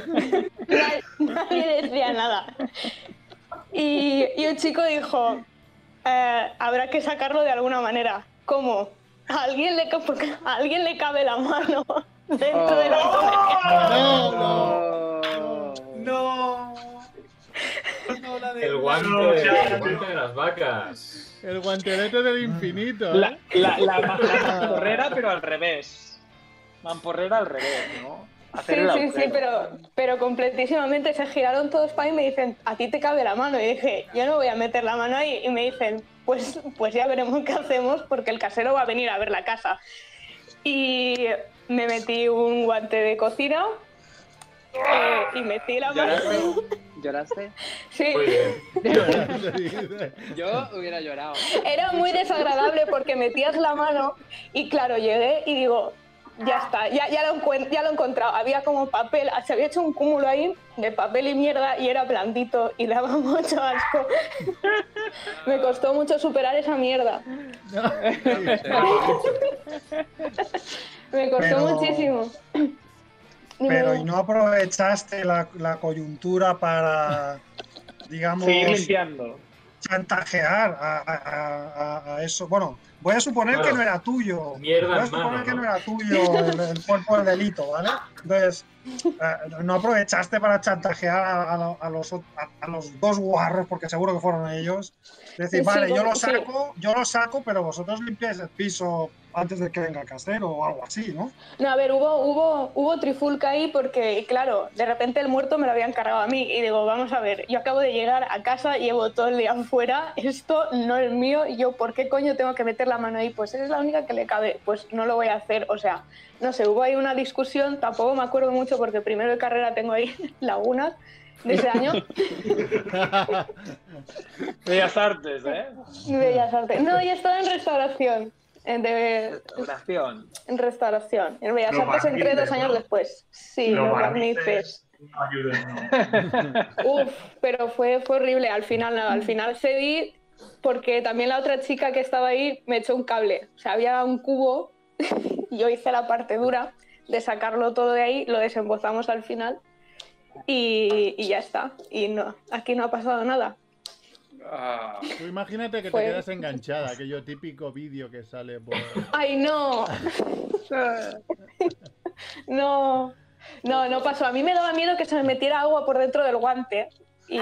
Nadie decía nada. Y un chico dijo, habrá que sacarlo de alguna manera. ¿Cómo? ¿A alguien le cabe la mano dentro de la El guante de las vacas. El guantelete del infinito. La mamporrera, pero al revés. Mamporrera al revés, ¿no? Sí, pero completísimamente se giraron todos para mí y me dicen, a ti te cabe la mano. Y dije, yo no voy a meter la mano ahí. Y me dicen, pues ya veremos qué hacemos, porque el casero va a venir a ver la casa. Y me metí un guante de cocina y metí la mano. ¿Lloraste? Sí. Muy bien. Yo hubiera llorado. Era muy desagradable porque metías la mano y claro, llegué y digo, ya está, ya lo he encontrado. Había como papel, se había hecho un cúmulo ahí de papel y mierda y era blandito y daba mucho asco. Me costó mucho superar esa mierda. Me costó muchísimo. Pero ¿y no aprovechaste la coyuntura para, digamos... seguir limpiando. chantajear a eso. Bueno, voy a suponer Claro. que no era tuyo. Mierda Voy a en suponer mano, que ¿no? no era tuyo el cuerpo del delito, ¿vale? Entonces, no aprovechaste para chantajear a los dos guarros, porque seguro que fueron ellos. Decir, Sí, vale, sí. yo lo saco, pero vosotros limpiáis el piso antes de que venga el casero o algo así, ¿no? No, a ver, hubo trifulca ahí porque, claro, de repente el muerto me lo habían cargado a mí y digo, vamos a ver, yo acabo de llegar a casa, llevo todo el día afuera, esto no es mío, y yo, ¿por qué coño tengo que meter la mano ahí? Pues es la única que le cabe, pues no lo voy a hacer, o sea, no sé, hubo ahí una discusión, tampoco me acuerdo mucho porque primero de carrera tengo ahí lagunas de ese año. Bellas Artes, ¿eh? Bellas Artes. No, yo estaba en restauración. Oración. En restauración. En Bellas Los Artes entré barnices, 2 años ¿no? después. Sí, los barnices. No ayuden, no. Uf, pero fue horrible. Al final nada, al final cedí porque también la otra chica que estaba ahí me echó un cable. O sea, había un cubo y yo hice la parte dura de sacarlo todo de ahí, lo desembozamos al final y ya está. Y no, aquí no ha pasado nada. Ah. Tú imagínate que Fue- te quedas enganchada, aquello típico vídeo que sale por... ¡Ay, no! No, no pasó. A mí me daba miedo que se me metiera agua por dentro del guante. Y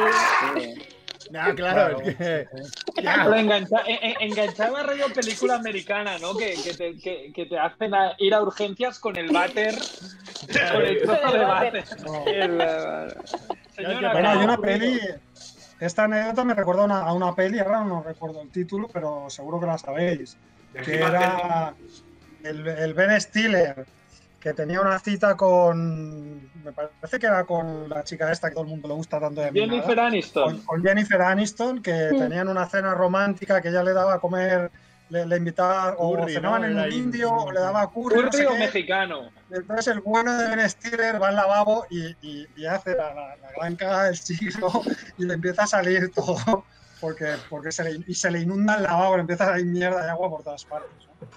No, claro, es que... Pero enganchaba rollo película americana, ¿no? Que te hacen ir a urgencias con el váter. Con el trozo Con el de váter. váter. Señora, Bueno, hay ¿qué ha una ocurrido? peli. Esta anécdota me recuerda a una peli, ahora no recuerdo el título, pero seguro que la sabéis. Que era el Ben Stiller, que tenía una cita con. Me parece que era con la chica esta que todo el mundo le gusta tanto de mí. Jennifer Aniston. Con Jennifer Aniston, que tenían una cena romántica que ella le daba a comer, le invitaba, o Curry, cenaban ¿no? en Era un ahí. indio, o le daba curry, no Curry sé o qué. mexicano. Entonces el bueno de Ben Stiller va al lavabo y hace la gran cagada del siglo y le empieza a salir todo porque se le inunda el lavabo, le empieza a salir mierda de agua por todas partes,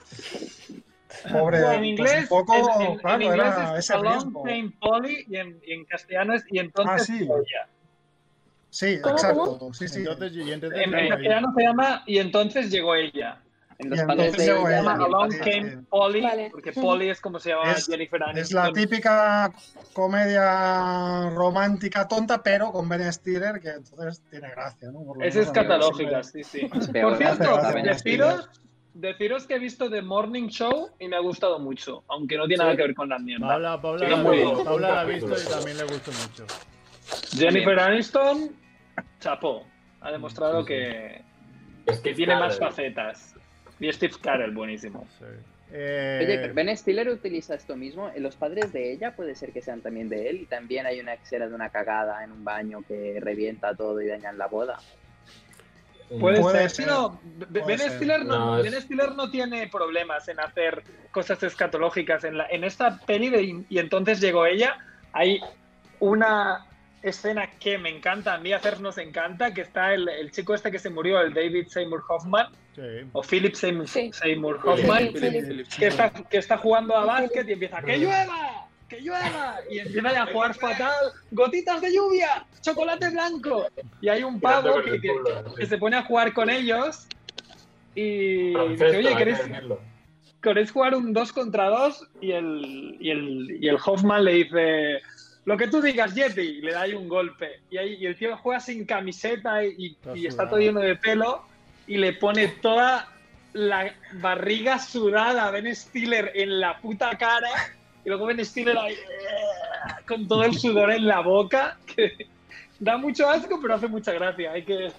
¿no? Pobre, Bueno, en pues inglés, un poco, claro, en inglés era es ese A Long riesgo. Time Polly y en castellano es y entonces Sí. ella. Sí, ¿Cómo, exacto. Sí, sí. Entonces, y entonces En llegó ella. castellano se llama y entonces llegó ella. En los Y padres entonces de llegó Se ella ella. llama también Along pasa. Came Polly, Vale. porque Polly es como se llama Es- Jennifer Aniston. Es la típica comedia romántica tonta, pero con Ben Stiller, que entonces tiene gracia, ¿no? Por lo Esa menos es a mí catalógica, siempre- sí, sí. Es peor, Por cierto, hace gracia. deciros que he visto The Morning Show y me ha gustado mucho, aunque no tiene nada que ver con la mierda. Paula, Sí, la, muy bien. Paula la ha visto y también le gustó mucho. Jennifer Aniston, chapó. Ha demostrado Sí, sí. que Steve tiene más Carell. facetas. Y Steve Carell, buenísimo. Sí. Oye, pero Ben Stiller utiliza esto mismo. Los padres de ella puede ser que sean también de él. Y también hay una escena de una cagada en un baño que revienta todo y dañan la boda. Puede Puede ser. ser. Sí, no, Puede Ben ser. Stiller No, es- Ben Stiller no tiene problemas en hacer cosas escatológicas. En esta peli de Y entonces llegó ella, hay una escena que me encanta, a mí hacernos encanta, que está el chico este que se murió, el David Seymour Hoffman, Sí. o Philip Seymour, Sí. Seymour Hoffman, Philip. que está jugando a básquet y empieza ¡que llueva! ¡Que llueva! Y empieza a jugar fatal, gotitas de lluvia, chocolate blanco. Y hay un Tirando pavo con el culo, que se pone a jugar con ellos y Baloncesto, dice, oye, hay que ¿queréis jugar un 2 contra 2? Y el Hoffman le dice, lo que tú digas, Yeti, y le da ahí un golpe. Y el tío juega sin camiseta y está todo lleno de pelo y le pone toda la barriga sudada a Ben Stiller en la puta cara y luego Ben Stiller ahí, con todo el sudor en la boca, que da mucho asco pero hace mucha gracia.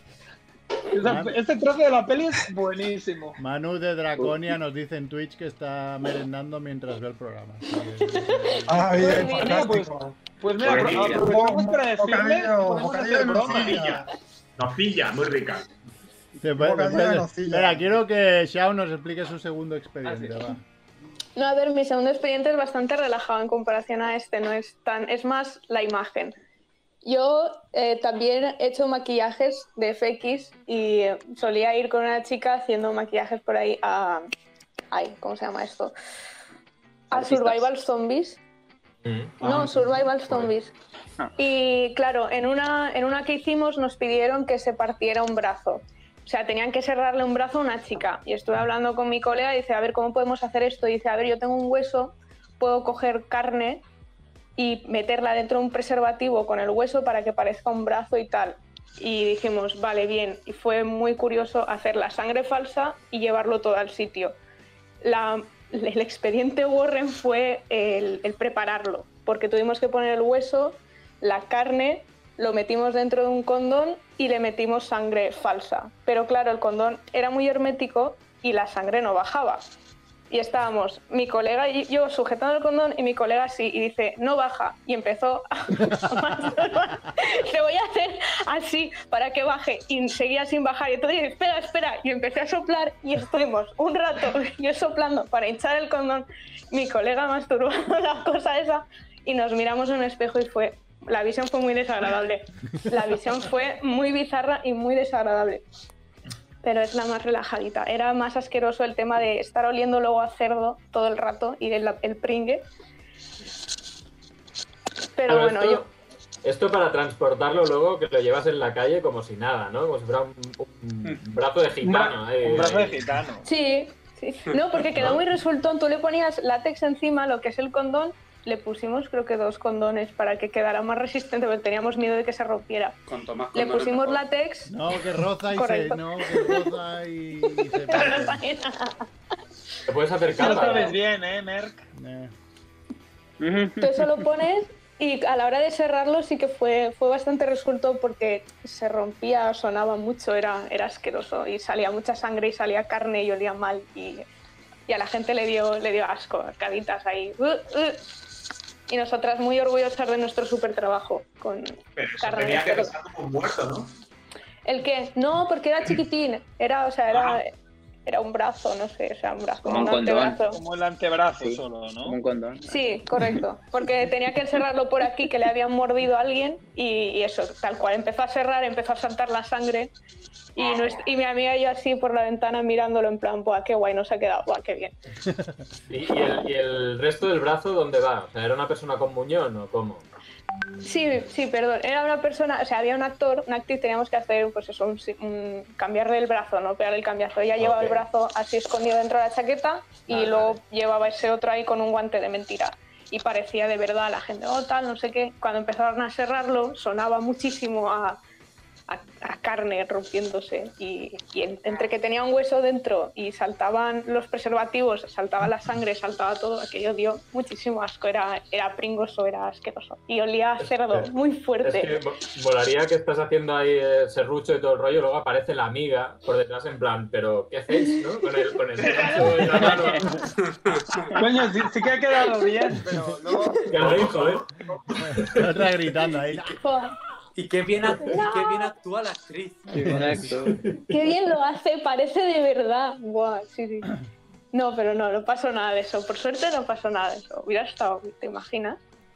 Este trozo de la peli es buenísimo. Manu de Draconia nos dice en Twitch que está merendando mientras ve el programa. Así que- Ah, bien, Mira, fantástico. Pues mira, Buenísimo. aprovechamos para decirle, Bocadillo, podemos bocadillo hacer de broma. nocilla. Nocilla, muy rica. Sí, Bocadillo de nocilla. espera, quiero que Shao nos explique su segundo expediente. Ah, sí. Va. no, a ver, mi segundo expediente es bastante relajado en comparación a este, no es tan, es más la imagen. Yo también he hecho maquillajes de FX y solía ir con una chica haciendo maquillajes por ahí a... Ay, ¿cómo se llama esto? A Artistas. Survival Zombies. No, Survival Zombies. Ah. Y claro, en una que hicimos nos pidieron que se partiera un brazo. O sea, tenían que cerrarle un brazo a una chica. Y estuve hablando con mi colega y dice, a ver, ¿cómo podemos hacer esto? Y dice, a ver, yo tengo un hueso, puedo coger carne y meterla dentro de un preservativo con el hueso para que parezca un brazo y tal. Y dijimos, vale, bien. Y fue muy curioso hacer la sangre falsa y llevarlo todo al sitio. El expediente Warren fue el prepararlo, porque tuvimos que poner el hueso, la carne, lo metimos dentro de un condón y le metimos sangre falsa. Pero claro, el condón era muy hermético y la sangre no bajaba. Y estábamos, mi colega y yo sujetando el condón y mi colega así, y dice, no baja. Y empezó a masturbar. Le voy a hacer así para que baje. Y seguía sin bajar. Y entonces, espera. Y empecé a soplar y estuvimos un rato yo soplando para hinchar el condón, mi colega masturbando la cosa esa, y nos miramos en un espejo y la visión fue muy desagradable. La visión fue muy bizarra y muy desagradable. Pero es la más relajadita. Era más asqueroso el tema de estar oliendo luego a cerdo todo el rato y el pringue. Pero bueno, Esto para transportarlo luego, que lo llevas en la calle como si nada, ¿no? Como si fuera un brazo de gitano. Un brazo de gitano. Sí. No, porque quedó muy resultón. Tú le ponías látex encima, lo que es el condón. Le pusimos creo que 2 condones para que quedara más resistente, porque teníamos miedo de que se rompiera. Le pusimos látex. No, que roza y Correcto. que roza y se parte. Te puedes acercar. No sabes bien, Merck. Tú eso lo pones y a la hora de cerrarlo sí que fue bastante resultón, porque se rompía, sonaba mucho, era asqueroso y salía mucha sangre y salía carne y olía mal y a la gente le dio asco, arcaditas ahí. Y nosotras muy orgullosas de nuestro súper trabajo con Pero eso carne. tenía que pasar como un muerto, ¿no? ¿El qué? No, porque era chiquitín. Era un brazo, no sé, un brazo. Como un condón. antebrazo. Como el antebrazo Sí, solo, ¿no? Como un condón. Sí, correcto. Porque tenía que cerrarlo por aquí, que le habían mordido a alguien, y eso, tal cual. Empezó a cerrar, empezó a saltar la sangre. Y mi amiga y yo así por la ventana mirándolo en plan, ¡buah, qué guay nos ha quedado! ¡Buah, qué bien! ¿Y el resto del brazo dónde va? O sea, ¿era una persona con muñón o cómo? Sí, perdón. Era una persona, o sea, había un actor, una actriz, teníamos que hacer, pues eso, cambiarle el brazo, ¿no? Pegarle el cambiazo. Ella llevaba el brazo así escondido dentro de la chaqueta y luego llevaba ese otro ahí con un guante de mentira. Y parecía de verdad, la gente, tal, no sé qué. Cuando empezaron a cerrarlo, sonaba muchísimo a carne rompiéndose y entre que tenía un hueso dentro y saltaban los preservativos, saltaba la sangre, saltaba todo, aquello dio muchísimo asco, era pringoso, era asqueroso y olía a cerdo muy fuerte. Es que molaría que estás haciendo ahí serrucho y todo el rollo, luego aparece la amiga por detrás en plan, pero ¿qué hacéis, no? Con el brazo en la mano. Coño, sí que ha quedado bien, pero luego... Que lo dijo, ¿eh? Otra gritando ahí. Y qué bien actúa la actriz. Exacto. Qué bien lo hace, parece de verdad. Buah, sí. No, pero no pasó nada de eso. Por suerte no pasó nada de eso. Hubiera estado, ¿te imaginas?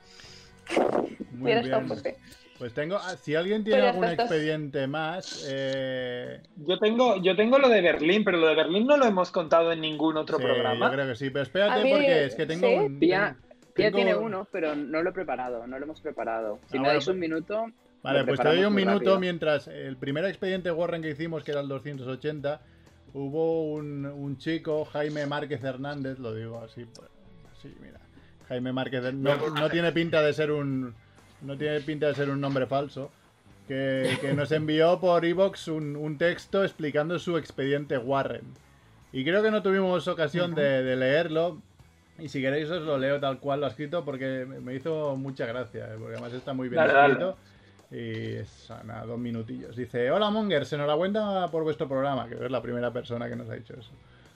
Hubiera estado fuerte. Pues si alguien tiene algún estás... expediente más... Yo tengo lo de Berlín, pero lo de Berlín no lo hemos contado en ningún otro programa. Yo creo que sí, pero espérate porque es que tengo un... Pia tiene uno, pero no lo he preparado, no lo hemos preparado. Si me dais un minuto... Vale, pues te doy un minuto mientras el primer expediente Warren que hicimos, que era el 280, hubo un chico, Jaime Márquez Hernández, lo digo así, pues, así, mira. Jaime Márquez no tiene pinta de ser un nombre falso, que nos envió por iVoox un texto explicando su expediente Warren. Y creo que no tuvimos ocasión de leerlo. Y si queréis os lo leo tal cual lo ha escrito porque me hizo mucha gracia, porque además está muy bien escrito. Y es nada, 2 minutillos. Dice: hola Mongers, enhorabuena por vuestro programa, que es la primera persona que nos ha dicho eso.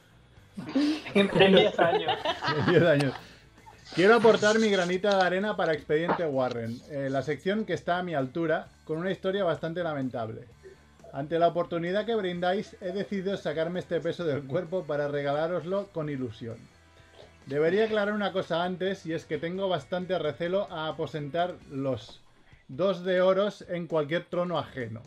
En 10 años. En 10 años. Quiero aportar mi granita de arena para Expediente Warren, la sección que está a mi altura, con una historia bastante lamentable. Ante la oportunidad que brindáis, he decidido sacarme este peso del cuerpo para regalároslo con ilusión. Debería aclarar una cosa antes, y es que tengo bastante recelo a aposentar los 2 de oros en cualquier trono ajeno.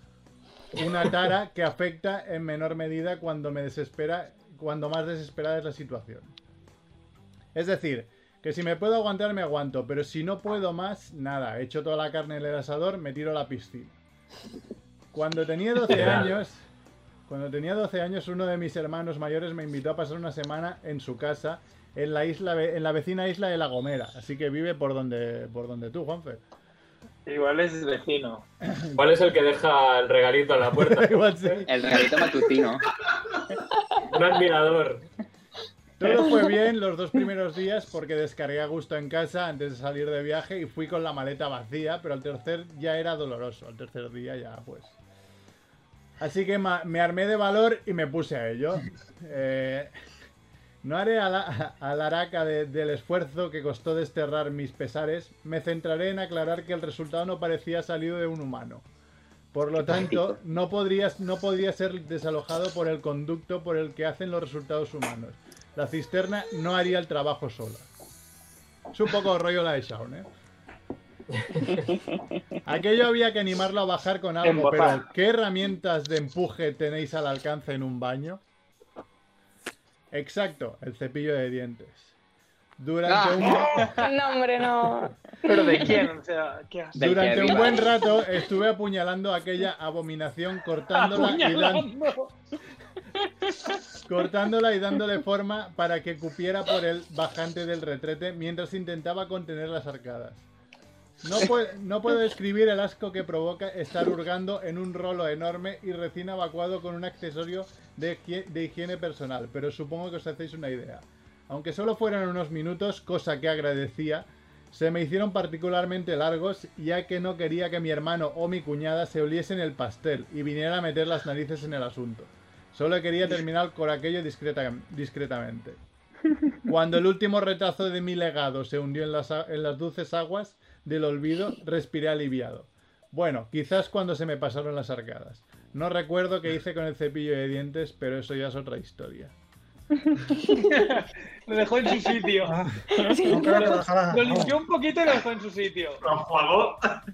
Una tara que afecta en menor medida cuando más desesperada es la situación. Es decir, Que si me puedo aguantar, me aguanto. Pero si no puedo más, nada. Echo toda la carne en el asador, me tiro a la piscina. Cuando tenía 12 años, uno de mis hermanos mayores me invitó a pasar una semana en su casa en la vecina isla de La Gomera. Así que vive por donde tú, Juanfe. Igual es vecino. ¿Cuál es el que deja el regalito en la puerta? Igual sí. El regalito matutino. Un admirador. Todo fue bien los 2 primeros días porque descargué a gusto en casa antes de salir de viaje y fui con la maleta vacía, pero al tercer ya era doloroso. Al tercer día ya pues... Así que me armé de valor y me puse a ello. No haré alaraca del esfuerzo que costó desterrar mis pesares. Me centraré en aclarar que el resultado no parecía salido de un humano. Por lo tanto, no podría ser desalojado por el conducto por el que hacen los resultados humanos. La cisterna no haría el trabajo sola. Es un poco rollo la de Shaun, ¿eh? Aquello había que animarlo a bajar con algo, pero ¿qué herramientas de empuje tenéis al alcance en un baño? Exacto, el cepillo de dientes. Durante un... No, hombre, no. ¿Pero de quién? O sea, ¿qué haces? Durante un buen rato estuve apuñalando aquella abominación, cortándola y dándole forma para que cupiera por el bajante del retrete mientras intentaba contener las arcadas. No puedo describir el asco que provoca estar hurgando en un rolo enorme y recién evacuado con un accesorio de higiene personal, pero supongo que os hacéis una idea. Aunque solo fueran unos minutos, cosa que agradecía, se me hicieron particularmente largos, ya que no quería que mi hermano o mi cuñada se oliesen el pastel y viniera a meter las narices en el asunto. Solo quería terminar con aquello discretamente. Cuando el último retazo de mi legado se hundió en las dulces aguas del olvido, respiré aliviado. Bueno, quizás cuando se me pasaron las arcadas. No recuerdo qué hice con el cepillo de dientes, pero eso ya es otra historia. Lo dejó en su sitio. No creo que lo dejara. Lo limpió un poquito y lo dejó en su sitio. Lo enjuagó.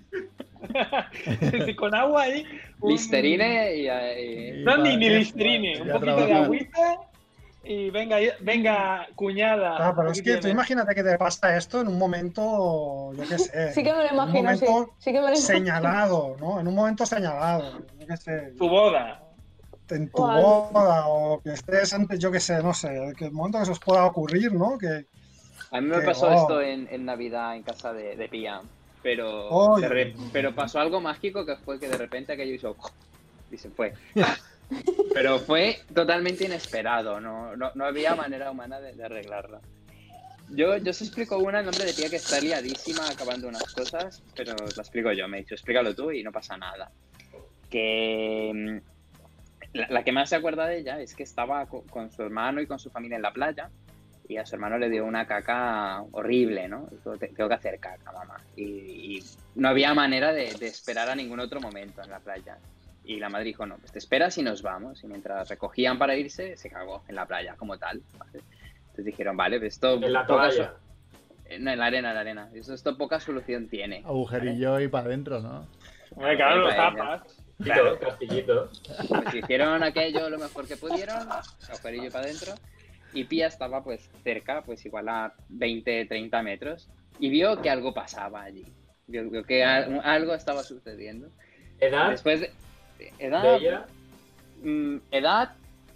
Con agua ahí. Listerine y No, ni Listerine. Un poquito de agüita. Y venga, cuñada. Pero es que tú imagínate que te pasa esto en un momento, yo qué sé. Sí que me lo imagino, en un momento sí que me lo imagino. señalado, ¿no? En un momento señalado, yo qué sé. Tu boda. En tu boda o que estés antes, yo qué sé, no sé, que el momento que se os pueda ocurrir, ¿no? A mí me pasó esto en Navidad en casa de Pía, pero pasó algo mágico que fue que de repente aquello hizo y se fue. Pero fue totalmente inesperado, no había manera humana de arreglarlo. Yo os explico una en nombre de Pía que está liadísima acabando unas cosas, pero la explico yo. Me he dicho, explícalo tú y no pasa nada. Que la que más se acuerda de ella es que estaba con su hermano y con su familia en la playa y a su hermano le dio una caca horrible, ¿no? Dijo, tengo que hacer caca, mamá. Y no había manera de esperar a ningún otro momento en la playa. Y la madre dijo, no, pues te esperas y nos vamos. Y mientras recogían para irse, se cagó en la playa como tal. Entonces dijeron, vale, pues esto... En la toalla. No, en la arena. Esto poca solución tiene. Agujerillo ¿vale? y para adentro, ¿no? Claro, lo tapas. Claro, castillito. Pues hicieron aquello lo mejor que pudieron, agujerillo para adentro. Y Pía estaba pues cerca, pues igual a 20, 30 metros. Y vio que algo pasaba allí. Vio que algo estaba sucediendo. ¿Edad? Después de edad, ¿De ella? Edad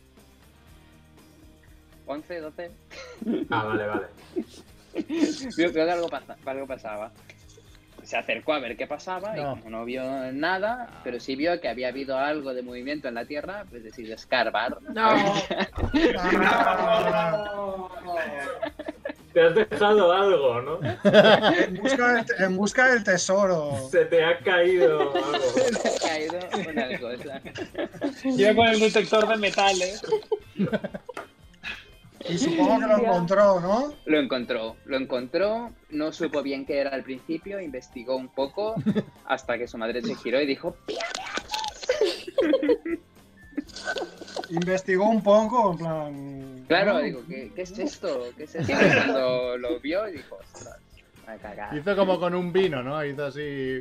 11, 12. Ah, vale. Vio que algo pasaba. Se acercó a ver qué pasaba y como no vio nada, pero sí vio que había habido algo de movimiento en la tierra, pues decidió escarbar. ¡No! Te has dejado algo, ¿no? En busca del tesoro. Se te ha caído algo. Se te ha caído una cosa. Iba con el detector de metales. Y supongo que lo encontró, ¿no? Lo encontró, no supo bien qué era al principio, investigó un poco hasta que su madre se giró y dijo ¡Pía! Investigó un poco, en plan... Claro, digo, ¿qué es esto? ¿Qué es esto? Y cuando lo vio dijo, ostras, una cagada. Hizo como con un vino, ¿no? Hizo así...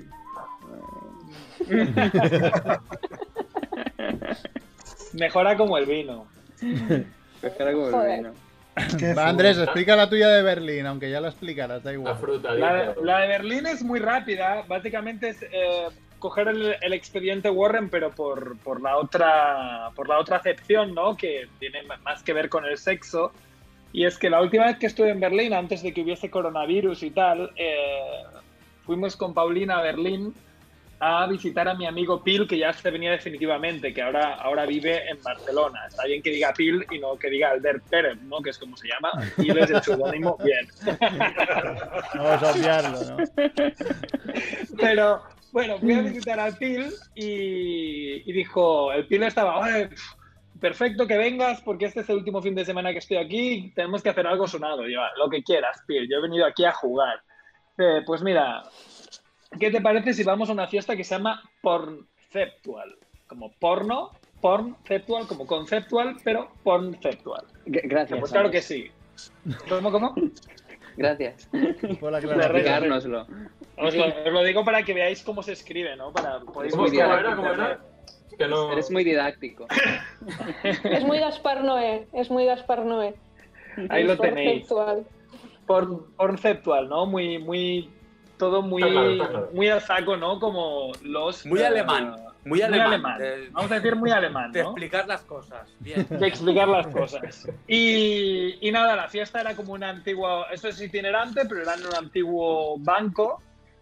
Mejora como el vino. Mejora como el vino. Va, Andrés, explica la tuya de Berlín, aunque ya la explicarás, da igual. La de Berlín es muy rápida. Básicamente es coger el expediente Warren, pero por la otra acepción, ¿no? Que tiene más que ver con el sexo. Y es que la última vez que estuve en Berlín, antes de que hubiese coronavirus y tal, fuimos con Paulina a Berlín a visitar a mi amigo Pil, que ya se venía definitivamente, que ahora vive en Barcelona. Está bien que diga Pil y no que diga Albert Pérez, ¿no? Que es como se llama. Pil es el seudónimo, bien. Vamos a obviarlo, ¿no? Pero, bueno, fui a visitar a Pil y dijo, el Pil estaba, perfecto que vengas porque este es el último fin de semana que estoy aquí, tenemos que hacer algo sonado. Yo, lo que quieras, Pil, yo he venido aquí a jugar. Pues mira, ¿qué te parece si vamos a una fiesta que se llama Pornceptual? Como porno, pornceptual, como conceptual, pero pornceptual. Gracias. Pues claro que sí. ¿Cómo? Gracias. Por aclarárnoslo. Os lo digo para que veáis cómo se escribe, ¿no? ¿Cómo era? Que no... Eres muy didáctico. Es muy Gaspar Noé. Ahí lo tenéis. Pornceptual, ¿no? Todo muy a saco, ¿no? Como los... Muy alemán. Vamos a decir muy alemán, ¿no? De explicar las cosas. Bien. De explicar las cosas. Y nada, la fiesta era como una antigua... Esto es itinerante, pero era en un antiguo banco.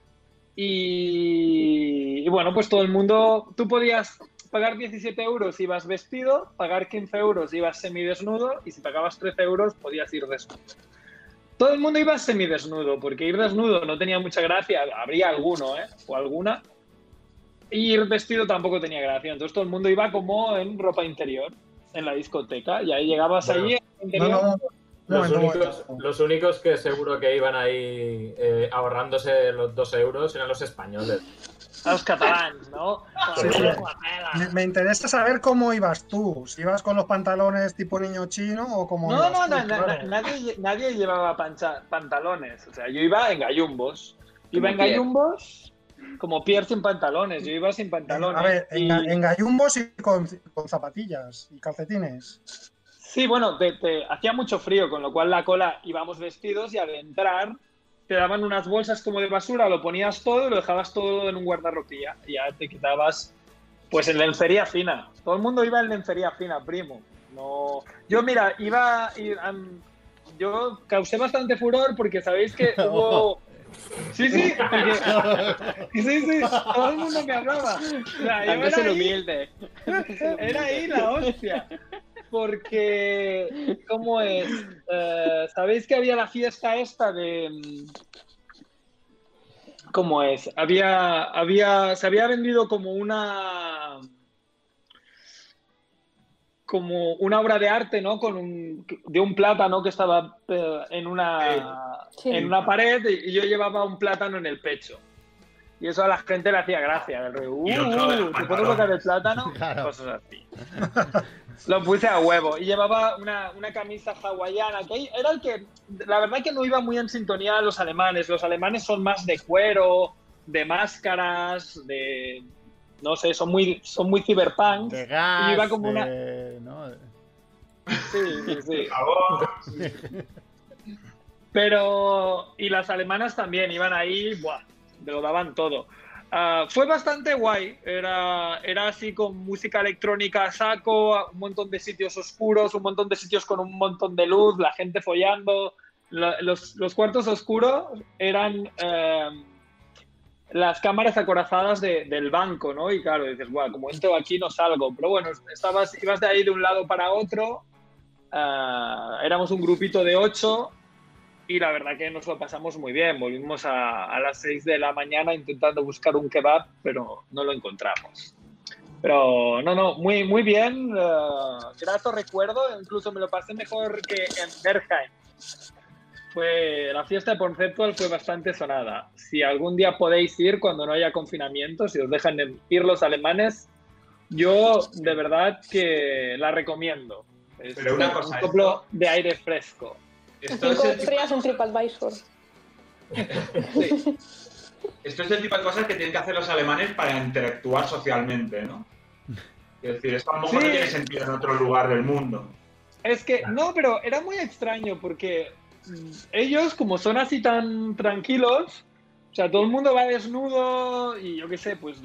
Y bueno, pues todo el mundo... Tú podías pagar 17 euros si ibas vestido, pagar 15 euros si ibas semidesnudo, y si pagabas 13 euros podías ir desnudo. Todo el mundo iba semidesnudo, porque ir desnudo no tenía mucha gracia. Habría alguno, o alguna. Y ir vestido tampoco tenía gracia. Entonces todo el mundo iba como en ropa interior, en la discoteca. Y ahí llegabas allí en interior. Los únicos que seguro que iban ahí ahorrándose los 2 euros eran los españoles. Los catalanes, ¿no? Sí. Me interesa saber cómo ibas tú. Si ibas con los pantalones tipo niño chino o como... No, nadie llevaba pantalones. O sea, yo iba en gallumbos. Iba en gallumbos como Pierre sin pantalones. Yo iba sin pantalones. A ver, en gallumbos y con zapatillas y calcetines. Sí, bueno, hacía mucho frío, con lo cual la cola íbamos vestidos y al entrar te daban unas bolsas como de basura, lo ponías todo y lo dejabas todo en un guardarropía. Y ya te quitabas, pues, en lencería fina. Todo el mundo iba en lencería fina, primo. No, yo, mira, yo causé bastante furor porque sabéis que hubo... Sí, todo el mundo me hablaba. O sea, yo era humilde. Era ahí la hostia. Porque, ¿cómo es? ¿Sabéis que había la fiesta esta de... ¿Cómo es? Se había vendido como una obra de arte, ¿no? De un plátano que estaba en una pared y yo llevaba un plátano en el pecho. Y eso a la gente le hacía gracia. ¿Te puedo tocar el plátano? Claro. Cosas así. Lo puse a huevo. Y llevaba una camisa hawaiana, que era el que, la verdad que no iba muy en sintonía a los alemanes. Los alemanes son más de cuero, de máscaras, de... No sé, son muy cyberpunk. De gas, y iba como una... ¿no? Sí. Pero... Y las alemanas también iban ahí, ¡buah! Me lo daban todo. Fue bastante guay. Era así con música electrónica a saco, un montón de sitios oscuros, un montón de sitios con un montón de luz, la gente follando. Los cuartos oscuros eran las cámaras acorazadas del banco, ¿no? Y claro, dices, guau, como entro aquí no salgo. Pero bueno, ibas de ahí de un lado para otro. Éramos un grupito de 8. Y la verdad que nos lo pasamos muy bien. Volvimos a las 6 de la mañana intentando buscar un kebab, pero no lo encontramos. Pero muy, muy bien. Grato recuerdo. Incluso me lo pasé mejor que en Bergheim. La fiesta de Pornceptual fue bastante sonada. Si algún día podéis ir cuando no haya confinamiento, si os dejan ir los alemanes, yo de verdad que la recomiendo. Es un soplo de aire fresco. 5 estrellas en TripAdvisor. Sí. Esto es el tipo de cosas que tienen que hacer los alemanes para interactuar socialmente, ¿no? Es decir, esto a lo mejor no tiene sentido en otro lugar del mundo. Es que, no, pero era muy extraño porque ellos, como son así tan tranquilos, o sea, todo el mundo va desnudo y yo qué sé, pues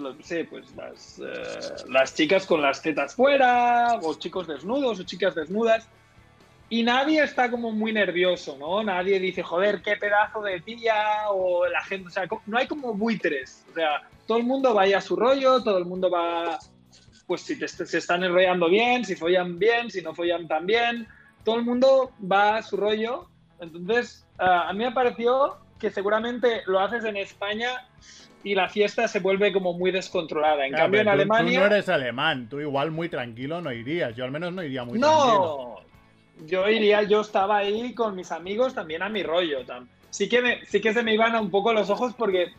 las chicas con las tetas fuera, o chicos desnudos o chicas desnudas, y nadie está como muy nervioso, ¿no? Nadie dice, joder, qué pedazo de tía, o la gente, o sea, no hay como buitres, o sea, todo el mundo va a su rollo, todo el mundo va, pues si se están enrollando bien, si follan bien, si no follan tan bien, todo el mundo va a su rollo. Entonces, a mí me pareció que seguramente lo haces en España y la fiesta se vuelve como muy descontrolada. En cambio, en Alemania... Tú no eres alemán, tú igual muy tranquilo no irías. Yo al menos no iría muy tranquilo. No, yo estaba ahí con mis amigos también a mi rollo. Sí que se me iban un poco los ojos porque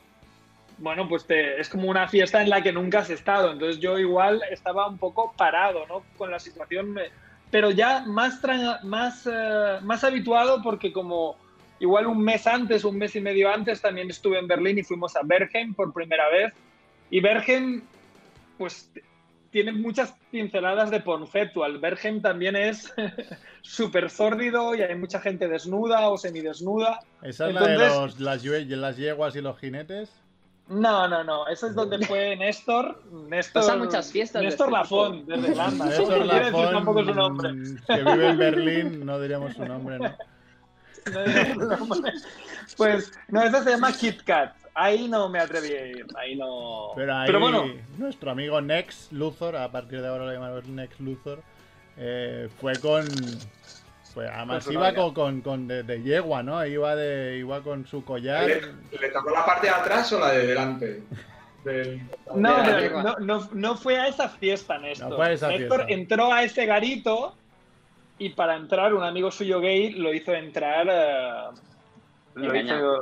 es como una fiesta en la que nunca has estado. Entonces yo igual estaba un poco parado, ¿no? Con la situación, pero ya más habituado porque como igual un mes y medio antes también estuve en Berlín y fuimos a Bergen por primera vez. Y Bergen, pues tiene muchas pinceladas de conceptual. Bergen también es súper sórdido y hay mucha gente desnuda o semidesnuda. ¿Esa es entonces, la de las yeguas y los jinetes? No. Eso es donde fue Néstor. Pasan muchas fiestas. Néstor Lafont, desde Irlanda. Néstor Lafont, tampoco es su nombre. Que vive en Berlín, no diríamos su nombre, ¿no? Pues, no, eso se llama Kit Kat. Ahí no me atreví a ir. Ahí no. Pero bueno, nuestro amigo Nex Luthor, a partir de ahora lo llamamos Nex Luthor, además iba de yegua, ¿no? Iba con su collar. ¿Le tocó la parte de atrás o la de delante? No fue a esa fiesta, Néstor. No fue a esa Néstor fiesta. entró a ese garito y para entrar un amigo suyo gay lo hizo entrar... Lo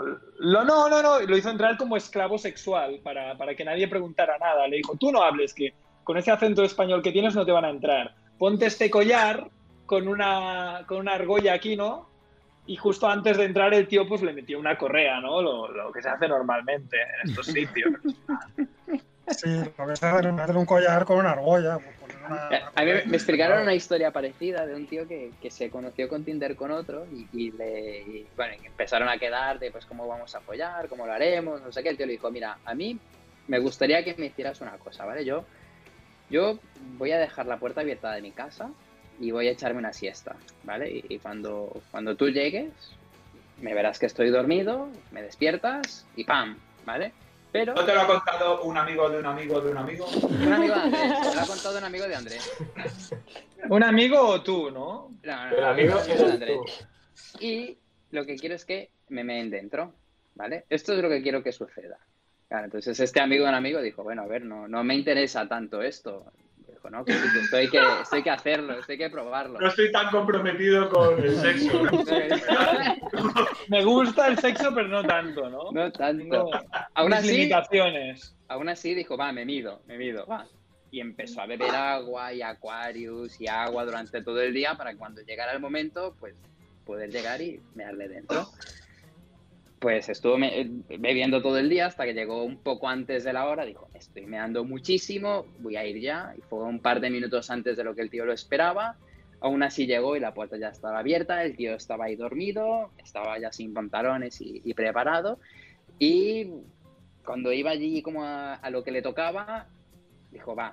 hizo entrar como esclavo sexual para que nadie preguntara nada. Le dijo, tú no hables, que con ese acento español que tienes no te van a entrar. Ponte este collar con una argolla aquí, ¿no? Y justo antes de entrar el tío pues le metió una correa, ¿no? Lo que se hace normalmente en estos sitios. Sí, lo que se hace es meter un collar con una argolla. A mí me explicaron una historia parecida de un tío que se conoció con Tinder con otro y empezaron a quedar de pues cómo vamos a apoyar, cómo lo haremos, no sé qué. El tío le dijo, mira, a mí me gustaría que me hicieras una cosa, ¿vale? Yo voy a dejar la puerta abierta de mi casa y voy a echarme una siesta, ¿vale? Y cuando tú llegues, me verás que estoy dormido, me despiertas y ¡pam! ¿Vale? Pero... ¿No te lo ha contado un amigo de un amigo de un amigo? Un amigo de Andrés, te lo ha contado un amigo de Andrés. ¿Un amigo o tú, no? No, el amigo es de Andrés. Y lo que quiero es que me meen dentro, ¿vale? Esto es lo que quiero que suceda. Claro, entonces este amigo de un amigo dijo, bueno, a ver, no me interesa tanto esto. Dijo, no, que esto hay que hacerlo, esto hay que probarlo. No estoy tan comprometido con el sexo, ¿no? Me gusta el sexo, pero no tanto, ¿no? No tanto. Tengo aún así, limitaciones. Aún así dijo, va, me mido, va. Y empezó a beber agua y Aquarius y agua durante todo el día para que cuando llegara el momento, pues, poder llegar y mearle dentro. Pues estuvo bebiendo todo el día hasta que llegó un poco antes de la hora. Dijo, estoy meando muchísimo, voy a ir ya. Y fue un par de minutos antes de lo que el tío lo esperaba. Aún así llegó y la puerta ya estaba abierta. El tío estaba ahí dormido, estaba ya sin pantalones y preparado. Y cuando iba allí como a lo que le tocaba, dijo, va,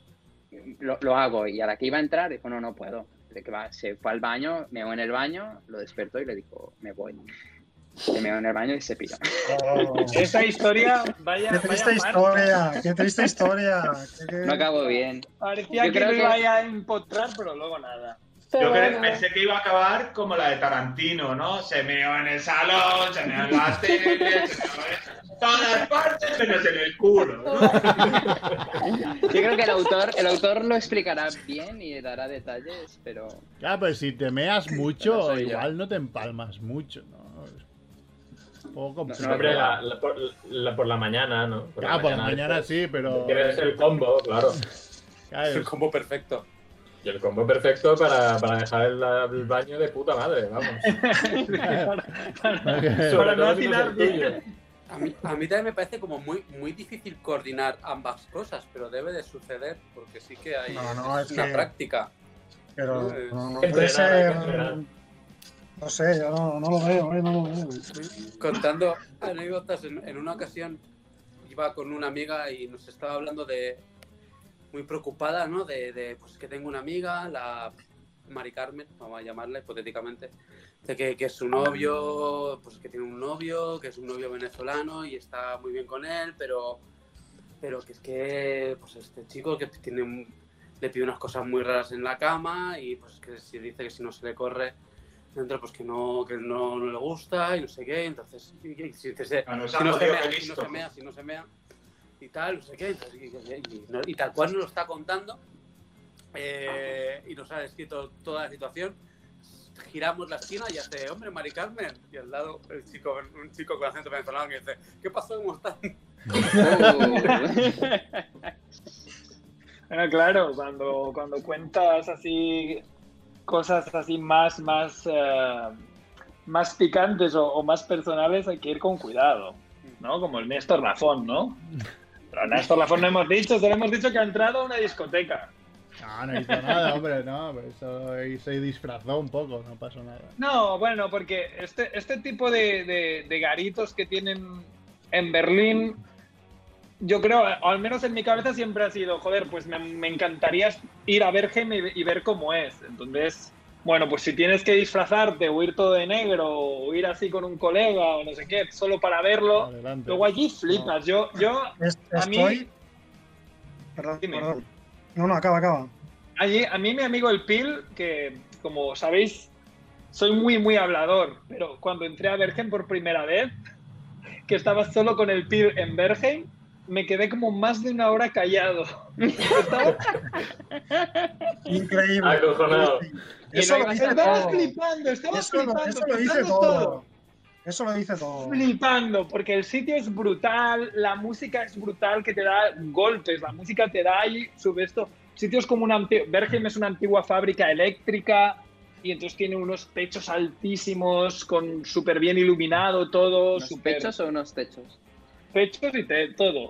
lo hago. Y a la que iba a entrar, dijo, no puedo. Se fue al baño, meó en el baño, lo despertó y le dijo, me voy. Se meó en el baño y se piró. Oh. Esa historia, Qué triste historia, qué triste historia. No acabó bien. Parecía que lo iba a empotrar, pero luego nada. Yo pensé que iba a acabar como la de Tarantino, ¿no? Se meó en el salón, se meó en la tele, se meó en todas partes, menos en el culo, ¿no? Yo creo que el autor lo explicará bien y dará detalles, pero... Claro, pero si te meas mucho, igual no te empalmas mucho, ¿no? Hombre, por la mañana, ¿no? Por la mañana sí, pero... Tienes el combo, claro. El combo perfecto. Y el combo perfecto para dejar el baño de puta madre, vamos. Para no tirar bien. A mí también me parece como muy difícil coordinar ambas cosas, pero debe de suceder porque sí que hay es una que... práctica. Pero no puede ser... No sé, yo no lo veo, no lo veo. Contando anécdotas, en una ocasión iba con una amiga y nos estaba hablando de... Muy preocupada, ¿no? Pues que tengo una amiga, la Mari Carmen, vamos a llamarla hipotéticamente, de que su novio, pues que tiene un novio, que es un novio venezolano y está muy bien con él, pero que es que pues este chico que le pide unas cosas muy raras en la cama y pues que si dice que si no se le corre dentro pues que no le gusta y no sé qué, entonces si no se mea y tal, no sé qué, y tal cual nos lo está contando y nos ha descrito toda la situación. Giramos la esquina y hace, hombre, Mari Carmen, y al lado un chico con acento venezolano que dice, ¿qué pasó? ¿Cómo están? Bueno, claro, cuando cuentas así cosas así más picantes o más personales hay que ir con cuidado, ¿no? Como el Néstor Lafón, ¿no? Pero a Néstor Lafón no hemos dicho, solo hemos dicho que ha entrado a una discoteca. No hizo nada, hombre, no, pero eso se disfrazó un poco, no pasó nada. No, bueno, porque este tipo de garitos que tienen en Berlín, yo creo, o al menos en mi cabeza siempre ha sido, joder, pues me encantaría ir a Bergen y ver cómo es. Entonces, bueno, pues si tienes que disfrazarte o ir todo de negro o ir así con un colega o no sé qué, solo para verlo, adelante. Luego allí flipas. No. A mí... Perdón. No, acaba. A mí mi amigo el Pil, que como sabéis, soy muy, muy hablador, pero cuando entré a Bergen por primera vez, que estaba solo con el Pil en Bergen, me quedé como más de una hora callado. Increíble. Acojonado. Estaba flipando. Eso lo dice todo. Flipando, porque el sitio es brutal, la música es brutal, que te da golpes, la música te da y sube esto. Sitios como Bergen es una antigua fábrica eléctrica y entonces tiene unos techos altísimos, con súper bien iluminado todo. ¿Unos techos o unos techos? Techos y todo.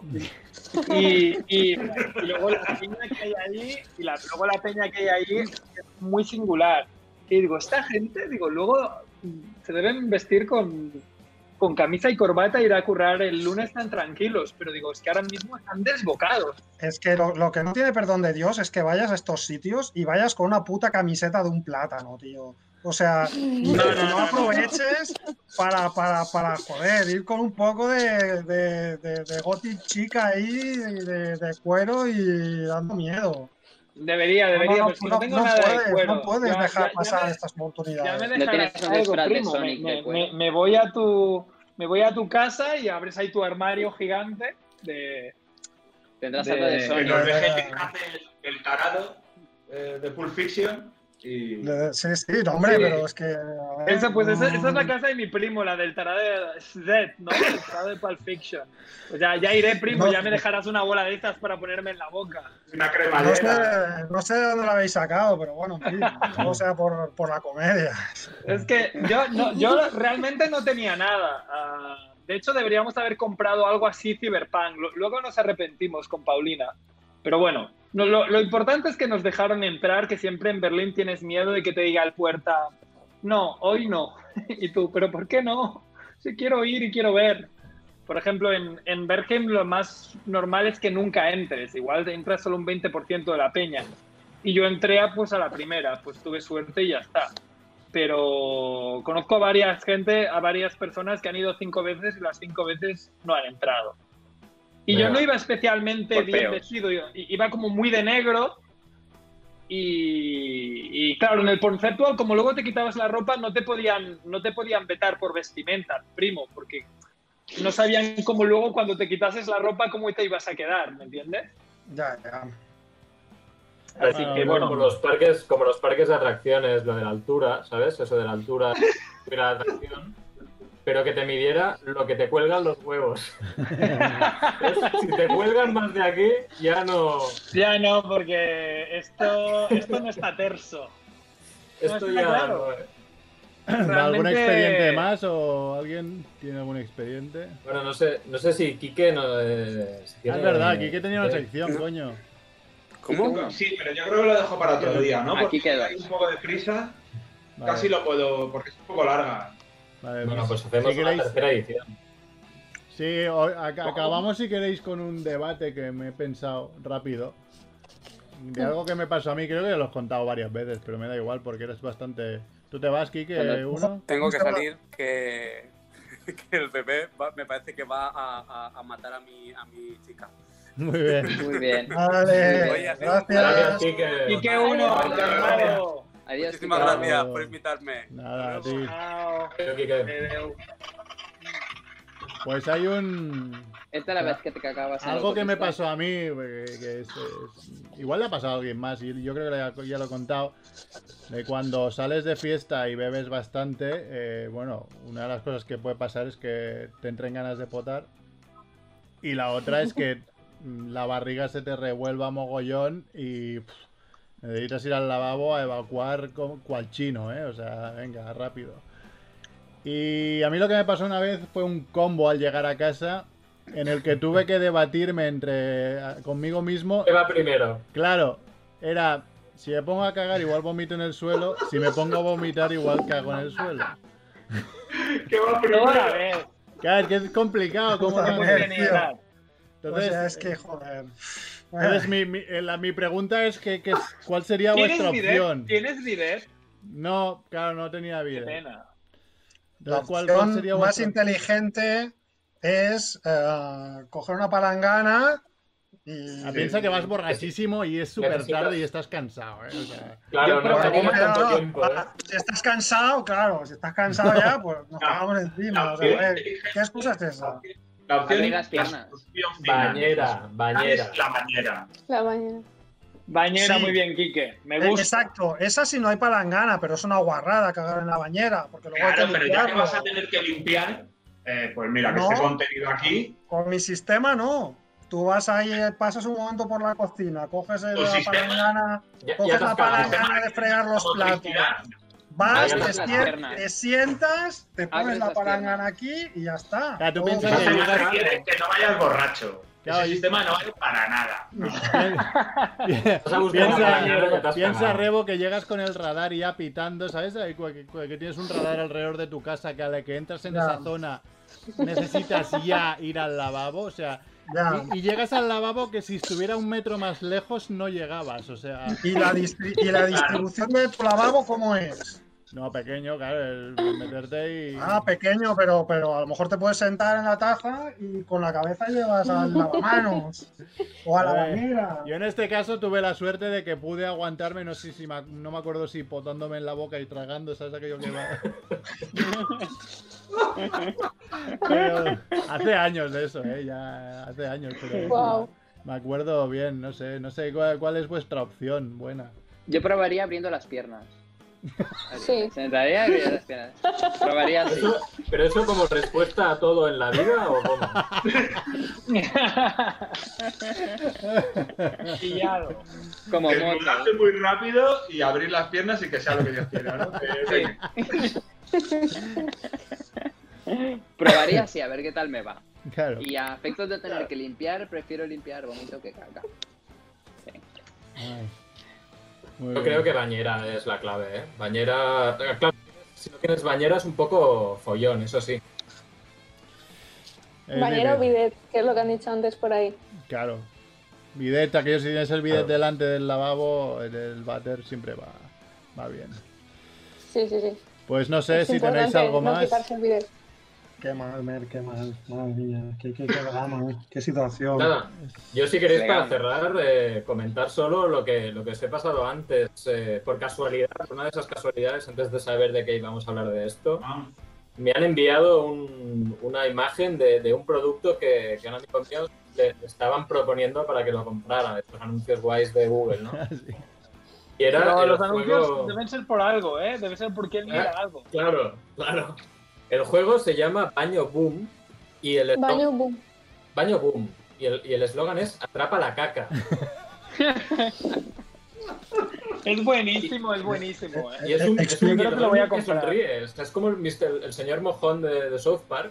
Y luego la peña que hay ahí, luego la peña que hay ahí es muy singular. Y digo, esta gente, luego se deben vestir con camisa y corbata e ir a currar el lunes tan tranquilos, pero digo, es que ahora mismo están desbocados. Es que lo que no tiene perdón de Dios es que vayas a estos sitios y vayas con una puta camiseta de un plátano, tío. O sea, no aproveches para joder, ir con un poco de gothic chica ahí, de cuero y dando miedo. Debería, pero si no tengo nada de cuero. No puedes dejar pasar estas oportunidades. Ya me dejarás algo, primo. Me voy a tu casa y abres ahí tu armario gigante de... Tendrás algo de Sonic. Que nos deje el tarado de Pulp Fiction. Sí, hombre, pero es que... Esa es la casa de mi primo, la del tarado de Zed, ¿no? El tarado de Pulp Fiction. Pues ya iré, primo, ya me dejarás una bola de estas para ponerme en la boca. Una cremadera. No sé de dónde la habéis sacado, pero bueno, en fin, no sea por la comedia. Es que yo realmente no tenía nada. De hecho, deberíamos haber comprado algo así Cyberpunk. Luego nos arrepentimos con Paulina. Pero bueno, lo importante es que nos dejaron entrar, que siempre en Berlín tienes miedo de que te diga el puerta, no, hoy no. Y tú, ¿pero por qué no? Si quiero ir y quiero ver. Por ejemplo, en Bergen lo más normal es que nunca entres. Igual entras solo un 20% de la peña. Y yo entré a la primera, pues tuve suerte y ya está. Pero conozco a varias personas que han ido 5 veces y las 5 veces no han entrado. Y yo no iba especialmente bien vestido, iba como muy de negro y claro, en el Conceptual, como luego te quitabas la ropa, no te podían vetar por vestimenta, primo, porque no sabían cómo luego cuando te quitases la ropa cómo te ibas a quedar, ¿me entiendes? Ya. Así que bueno. Como los parques de atracciones, lo de la altura, ¿sabes? Eso de la altura, la atracción. Pero que te midiera lo que te cuelgan los huevos. Si te cuelgan más de aquí, ya no... Ya no, porque esto no está terso. Esto ya... Claro. ¿Algún expediente más o alguien tiene algún expediente? Bueno, no sé si Quique no... Es verdad, Quique tenía una sección, coño. ¿Cómo? Sí, pero yo creo que lo dejo para otro día, ¿no? Aquí Porque queda. hay un poco de prisa. Vale. Casi lo puedo, porque es un poco larga. Vale, Bueno, pues hacemos si una queréis, tercera edición. sí, acabamos si queréis con un debate que me he pensado rápido. De algo que me pasó a mí, creo que ya lo he contado varias veces, pero me da igual porque eres bastante... ¿Tú te vas, Kike, uno? Tengo que salir que el bebé me parece que va a matar a mi chica. Muy bien. Muy bien. Vale, Oye, gracias. Gracias, Kike. Y que uno, calmado. Adiós, Muchísimas Kike. gracias por invitarme. Nada, a ti. Chao. Kike. Pues hay un... Esta es la vez que te cagabas en Algo que me autopista. pasó a mí, que igual le ha pasado a alguien más, y yo creo que ya lo he contado, de cuando sales de fiesta y bebes bastante, bueno, una de las cosas que puede pasar es que te entren ganas de potar, y la otra es que la barriga se te revuelva mogollón y necesitas ir al lavabo a evacuar cual chino, o sea, venga, rápido. Y a mí lo que me pasó una vez fue un combo al llegar a casa en el que tuve que debatirme conmigo mismo. ¿Qué va primero? Claro, era, si me pongo a cagar igual vomito en el suelo, si me pongo a vomitar igual cago en el suelo. ¿Qué va No, primero? a ver. Claro, es que es complicado. ¿Cómo Joder, no? Genial. O Entonces, sea, es que, joder. entonces mi pregunta es ¿cuál sería vuestra opción? ¿Tienes bidet? No, claro, no tenía Qué vida. pena. La Entonces, ¿cuál opción sería más vuestra? inteligente es coger una palangana y... Piensa que vas borrachísimo y es súper Necesitas- tarde y estás cansado, O sea, Claro, no probaría- tenías tanto tiempo, Si estás cansado, claro, si estás cansado ya, pues nos cagamos encima. O sea, a ver, ¿qué excusa es esa? La opción Abrir las piernas. Bañera. Es la bañera. La mañana. Bañera, Sí. muy bien, Quique. Me gusta. Exacto, esa sí no hay palangana, pero es una guarrada cagar en la bañera, porque luego hay Claro, que pero ya que limpiarlo. vas a tener que limpiar, pues mira, que No. esté contenido aquí. Con mi sistema no. Tú vas ahí, pasas un momento por la cocina, coges Tu la sistema. palangana, Ya coges te has la cagado. palangana de fregar los Como platos. tranquilidad. Vas, Abres te, las sien- piernas. te sientas, te pones Abres la las palangana aquí y ya está. Ya, tú Todo piensas Lo que que fácil. llegas- se quiere es que no vayas borracho. Claro, Ese y- sistema no vale para nada. Vas a buscar una Piensa, bañera que te has piensa, cagado. Rebo, que llegas con el radar y ya pitando, ¿sabes? Ahí, que tienes un radar alrededor de tu casa que a la que entras en Ya. esa zona necesitas ya ir al lavabo, o sea, Ya. y llegas al lavabo que si estuviera un metro más lejos no llegabas, o sea, ¿Y la distribución de tu lavabo cómo es? no, pequeño, claro, el meterte y... Ah, pequeño, pero a lo mejor te puedes sentar en la taza y con la cabeza llevas al lavamanos o a la A ver, bañera. Yo en este caso tuve la suerte de que pude aguantarme, no sé si no me acuerdo si potándome en la boca y tragando, ¿sabes aquello que va? Pero hace años de eso, ya hace años, pero Guau. me acuerdo bien, no sé cuál es vuestra opción buena. Yo probaría abriendo las piernas. Sí. Sentaría y abriría las piernas. Probaría así. ¿Pero eso como respuesta a todo en la vida o cómo? Pillado. Como moto. Desnudarse muy rápido y abrir las piernas y que sea lo que Dios quiera, ¿no? Probaría así, a ver qué tal me va. Claro. Y a efectos de tener que limpiar, prefiero limpiar vómito que caca. Ay. Muy Yo bien. creo que bañera es la clave, ¿eh? Bañera... Claro, si no tienes bañera es un poco follón, eso sí. Bañero o bidet, que es lo que han dicho antes por ahí. Claro. Bidet, aquello si tienes el bidet delante del lavabo, el váter siempre va bien. Sí, sí, sí. Pues no sé Es si tenéis importante algo no más. quitarse el bidet. Qué mal, Mer, qué mal. Madre mía, qué drama, qué situación. Nada, yo si queréis Legal. para cerrar, comentar solo lo que os he pasado antes, por casualidad, una de esas casualidades, antes de saber de qué íbamos a hablar de esto, me han enviado una imagen de un producto que un amigo mío le estaban proponiendo para que lo comprara, estos anuncios guays de Google, ¿no? Sí. Y era Pero el los juego... anuncios deben ser por algo, ¿eh? Debe ser porque él mira algo. Claro, claro. El juego se llama Baño Boom y el Baño boom. Baño Boom y el eslogan es Atrapa la caca. Es buenísimo, es buenísimo, ¿eh? Y es un Explica- Creo que lo voy a que comprar. sonríe. Es como el señor mojón de South Park.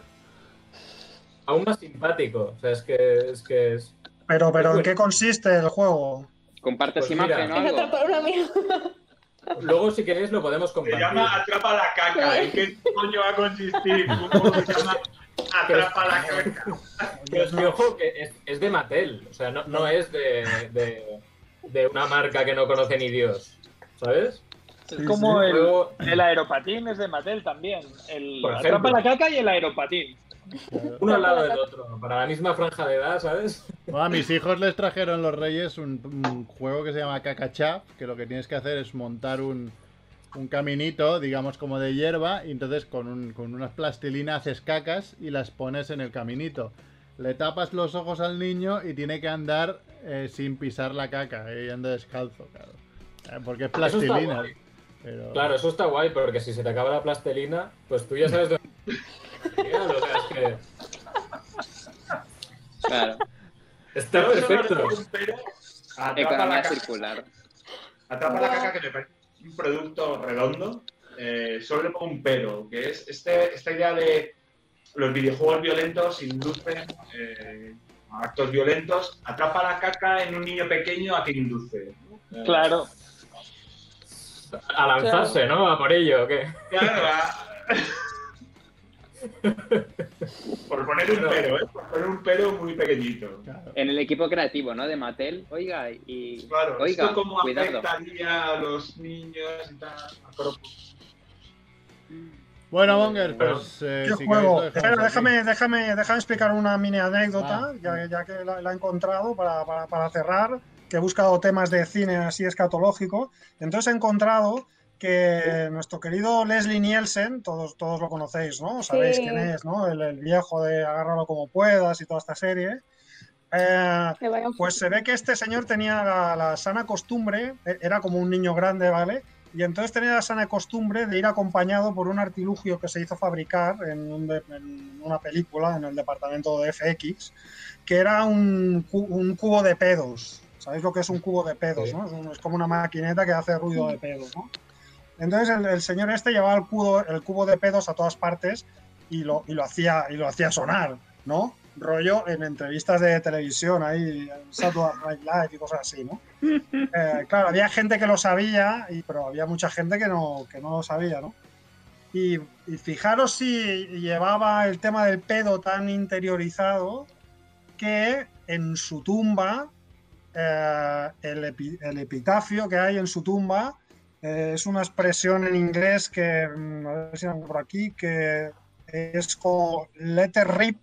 Aún más simpático. O sea, es que es... Pero ¿en bueno. qué consiste el juego? ¿Compartes Pues imagen mira, o Es algo? atrapar una mía. Luego, si queréis, lo podemos Se compartir. llama Atrapa la caca. ¿En qué coño va a consistir? Un juego que se llama Atrapa la caca. Que ojo, que es de Mattel. O sea, no es de una marca que no conoce ni Dios. ¿Sabes? Es como sí. Luego- el aeropatín es de Mattel también. El Por ejemplo. Atrapa la caca y el aeropatín. Uno al lado del otro, para la misma franja de edad, ¿sabes? Bueno, a mis hijos les trajeron los Reyes un juego que se llama Cacachap, que lo que tienes que hacer es montar un caminito, digamos como de hierba, y entonces con unas plastilina haces cacas y las pones en el caminito. Le tapas los ojos al niño y tiene que andar sin pisar la caca, y anda descalzo, claro. Porque es Eso está plastilina. guay. Pero... Claro, eso está guay, porque si se te acaba la plastilina, pues tú ya sabes de... Claro, o sea, es que... Claro. Está perfecto. Atrapa la Economía caca. circular. Atrapa la caca, que me parece un producto redondo. Solo le pongo un pero, que es esta idea de los videojuegos violentos inducen a actos violentos. Atrapa la caca en un niño pequeño, ¿a qué induce? Claro. A lanzarse, ¿no? A por ello, ¿o qué? Claro, por poner un pero, ¿eh? Por poner un pero muy pequeñito. En el equipo creativo, ¿no? De Mattel. Oiga, y... Claro, Oiga, esto cómo cuidado. afectaría a los niños y tal. Bueno, Monger, Pero- pues ¿Qué si juego? queréis lo dejamos Espera, aquí. déjame explicar una mini anécdota, Ah. ya que la he encontrado para cerrar, que he buscado temas de cine así escatológico. Entonces he encontrado que nuestro querido Leslie Nielsen, todos lo conocéis, ¿no? Sabéis Sí. quién es, ¿no? El viejo de Agárralo como puedas y toda esta serie. Pues se ve que este señor tenía la sana costumbre, era como un niño grande, ¿vale? Y entonces tenía la sana costumbre de ir acompañado por un artilugio que se hizo fabricar en una película en el departamento de FX, que era un cubo de pedos. ¿Sabéis lo que es un cubo de pedos, Sí. no? Es como una maquineta que hace ruido de pedos, ¿no? Entonces el señor este llevaba el cubo de pedos a todas partes y lo hacía sonar, ¿no? Rollo en entrevistas de televisión, ahí, en Saturday Night Live y cosas así, ¿no? Claro, había gente que lo sabía, pero había mucha gente que no lo sabía, ¿no? Y fijaros si llevaba el tema del pedo tan interiorizado que en su tumba, el epitafio que hay en su tumba es una expresión en inglés que, a ver si por aquí, que es como let it rip,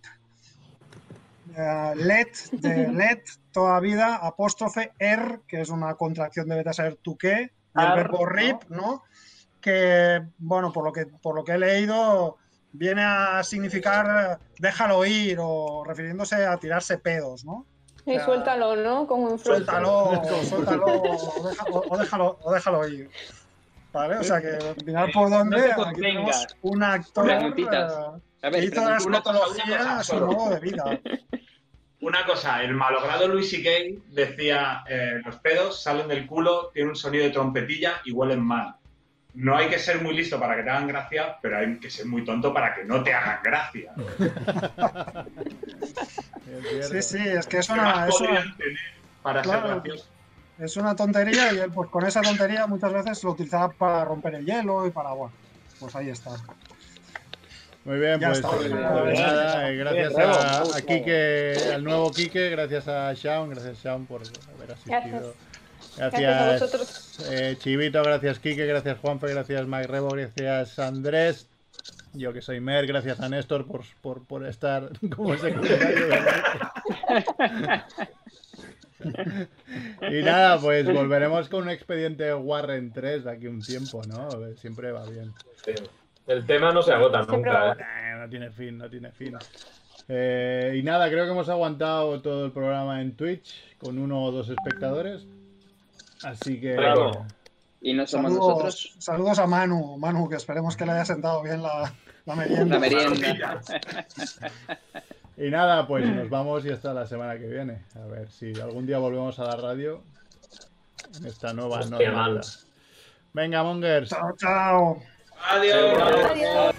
let toda vida, apóstrofe que es una contracción de vete a saber tú qué, y el verbo rip, ¿no? Que, bueno, por lo que he leído, viene a significar déjalo ir, o refiriéndose a tirarse pedos, ¿no? Y suéltalo, ¿no? Como en Frozen. Suéltalo o déjalo ir. ¿Vale? O sea que mirar por dónde, No te aquí contengas. tenemos un actor Preguntitas. A ver, que hizo de la una cosa, escatología a su solo. modo de vida. Una cosa, el malogrado Louis C.K. decía, los pedos salen del culo, tienen un sonido de trompetilla y huelen mal. No hay que ser muy listo para que te hagan gracia, pero hay que ser muy tonto para que no te hagan gracia. Sí, es que es ¿Qué una, más es una, podrían tener para claro, ser graciosos? es una tontería y él pues con esa tontería muchas veces lo utilizaba para romper el hielo y para, bueno, pues ahí está. Muy bien, Ya pues está. nada, gracias Bien, a Quique, al nuevo Quique, gracias a Shaun, gracias Shaun por haber asistido. Gracias a vosotros. Chivito, gracias Quique, gracias Juanfe, gracias Mike Rebo, gracias Andrés, yo que soy Mer, gracias a Néstor por estar como secundario de Y nada, pues volveremos con un expediente Warren 3 de aquí un tiempo, ¿no? Siempre va bien. Sí. El tema no se agota nunca, ¿eh? No tiene fin, no tiene fin. Y nada, creo que hemos aguantado todo el programa en Twitch con 1 o 2 espectadores. Así que... Bravo. Y no somos nosotros. Saludos a Manu, que esperemos que le haya sentado bien la merienda. La merienda. Y nada, pues nos vamos y hasta la semana que viene. A ver si algún día volvemos a la radio en esta nueva Hostia, normalidad. mal. Venga, Mongers. Chao, chao. Adiós. Adiós.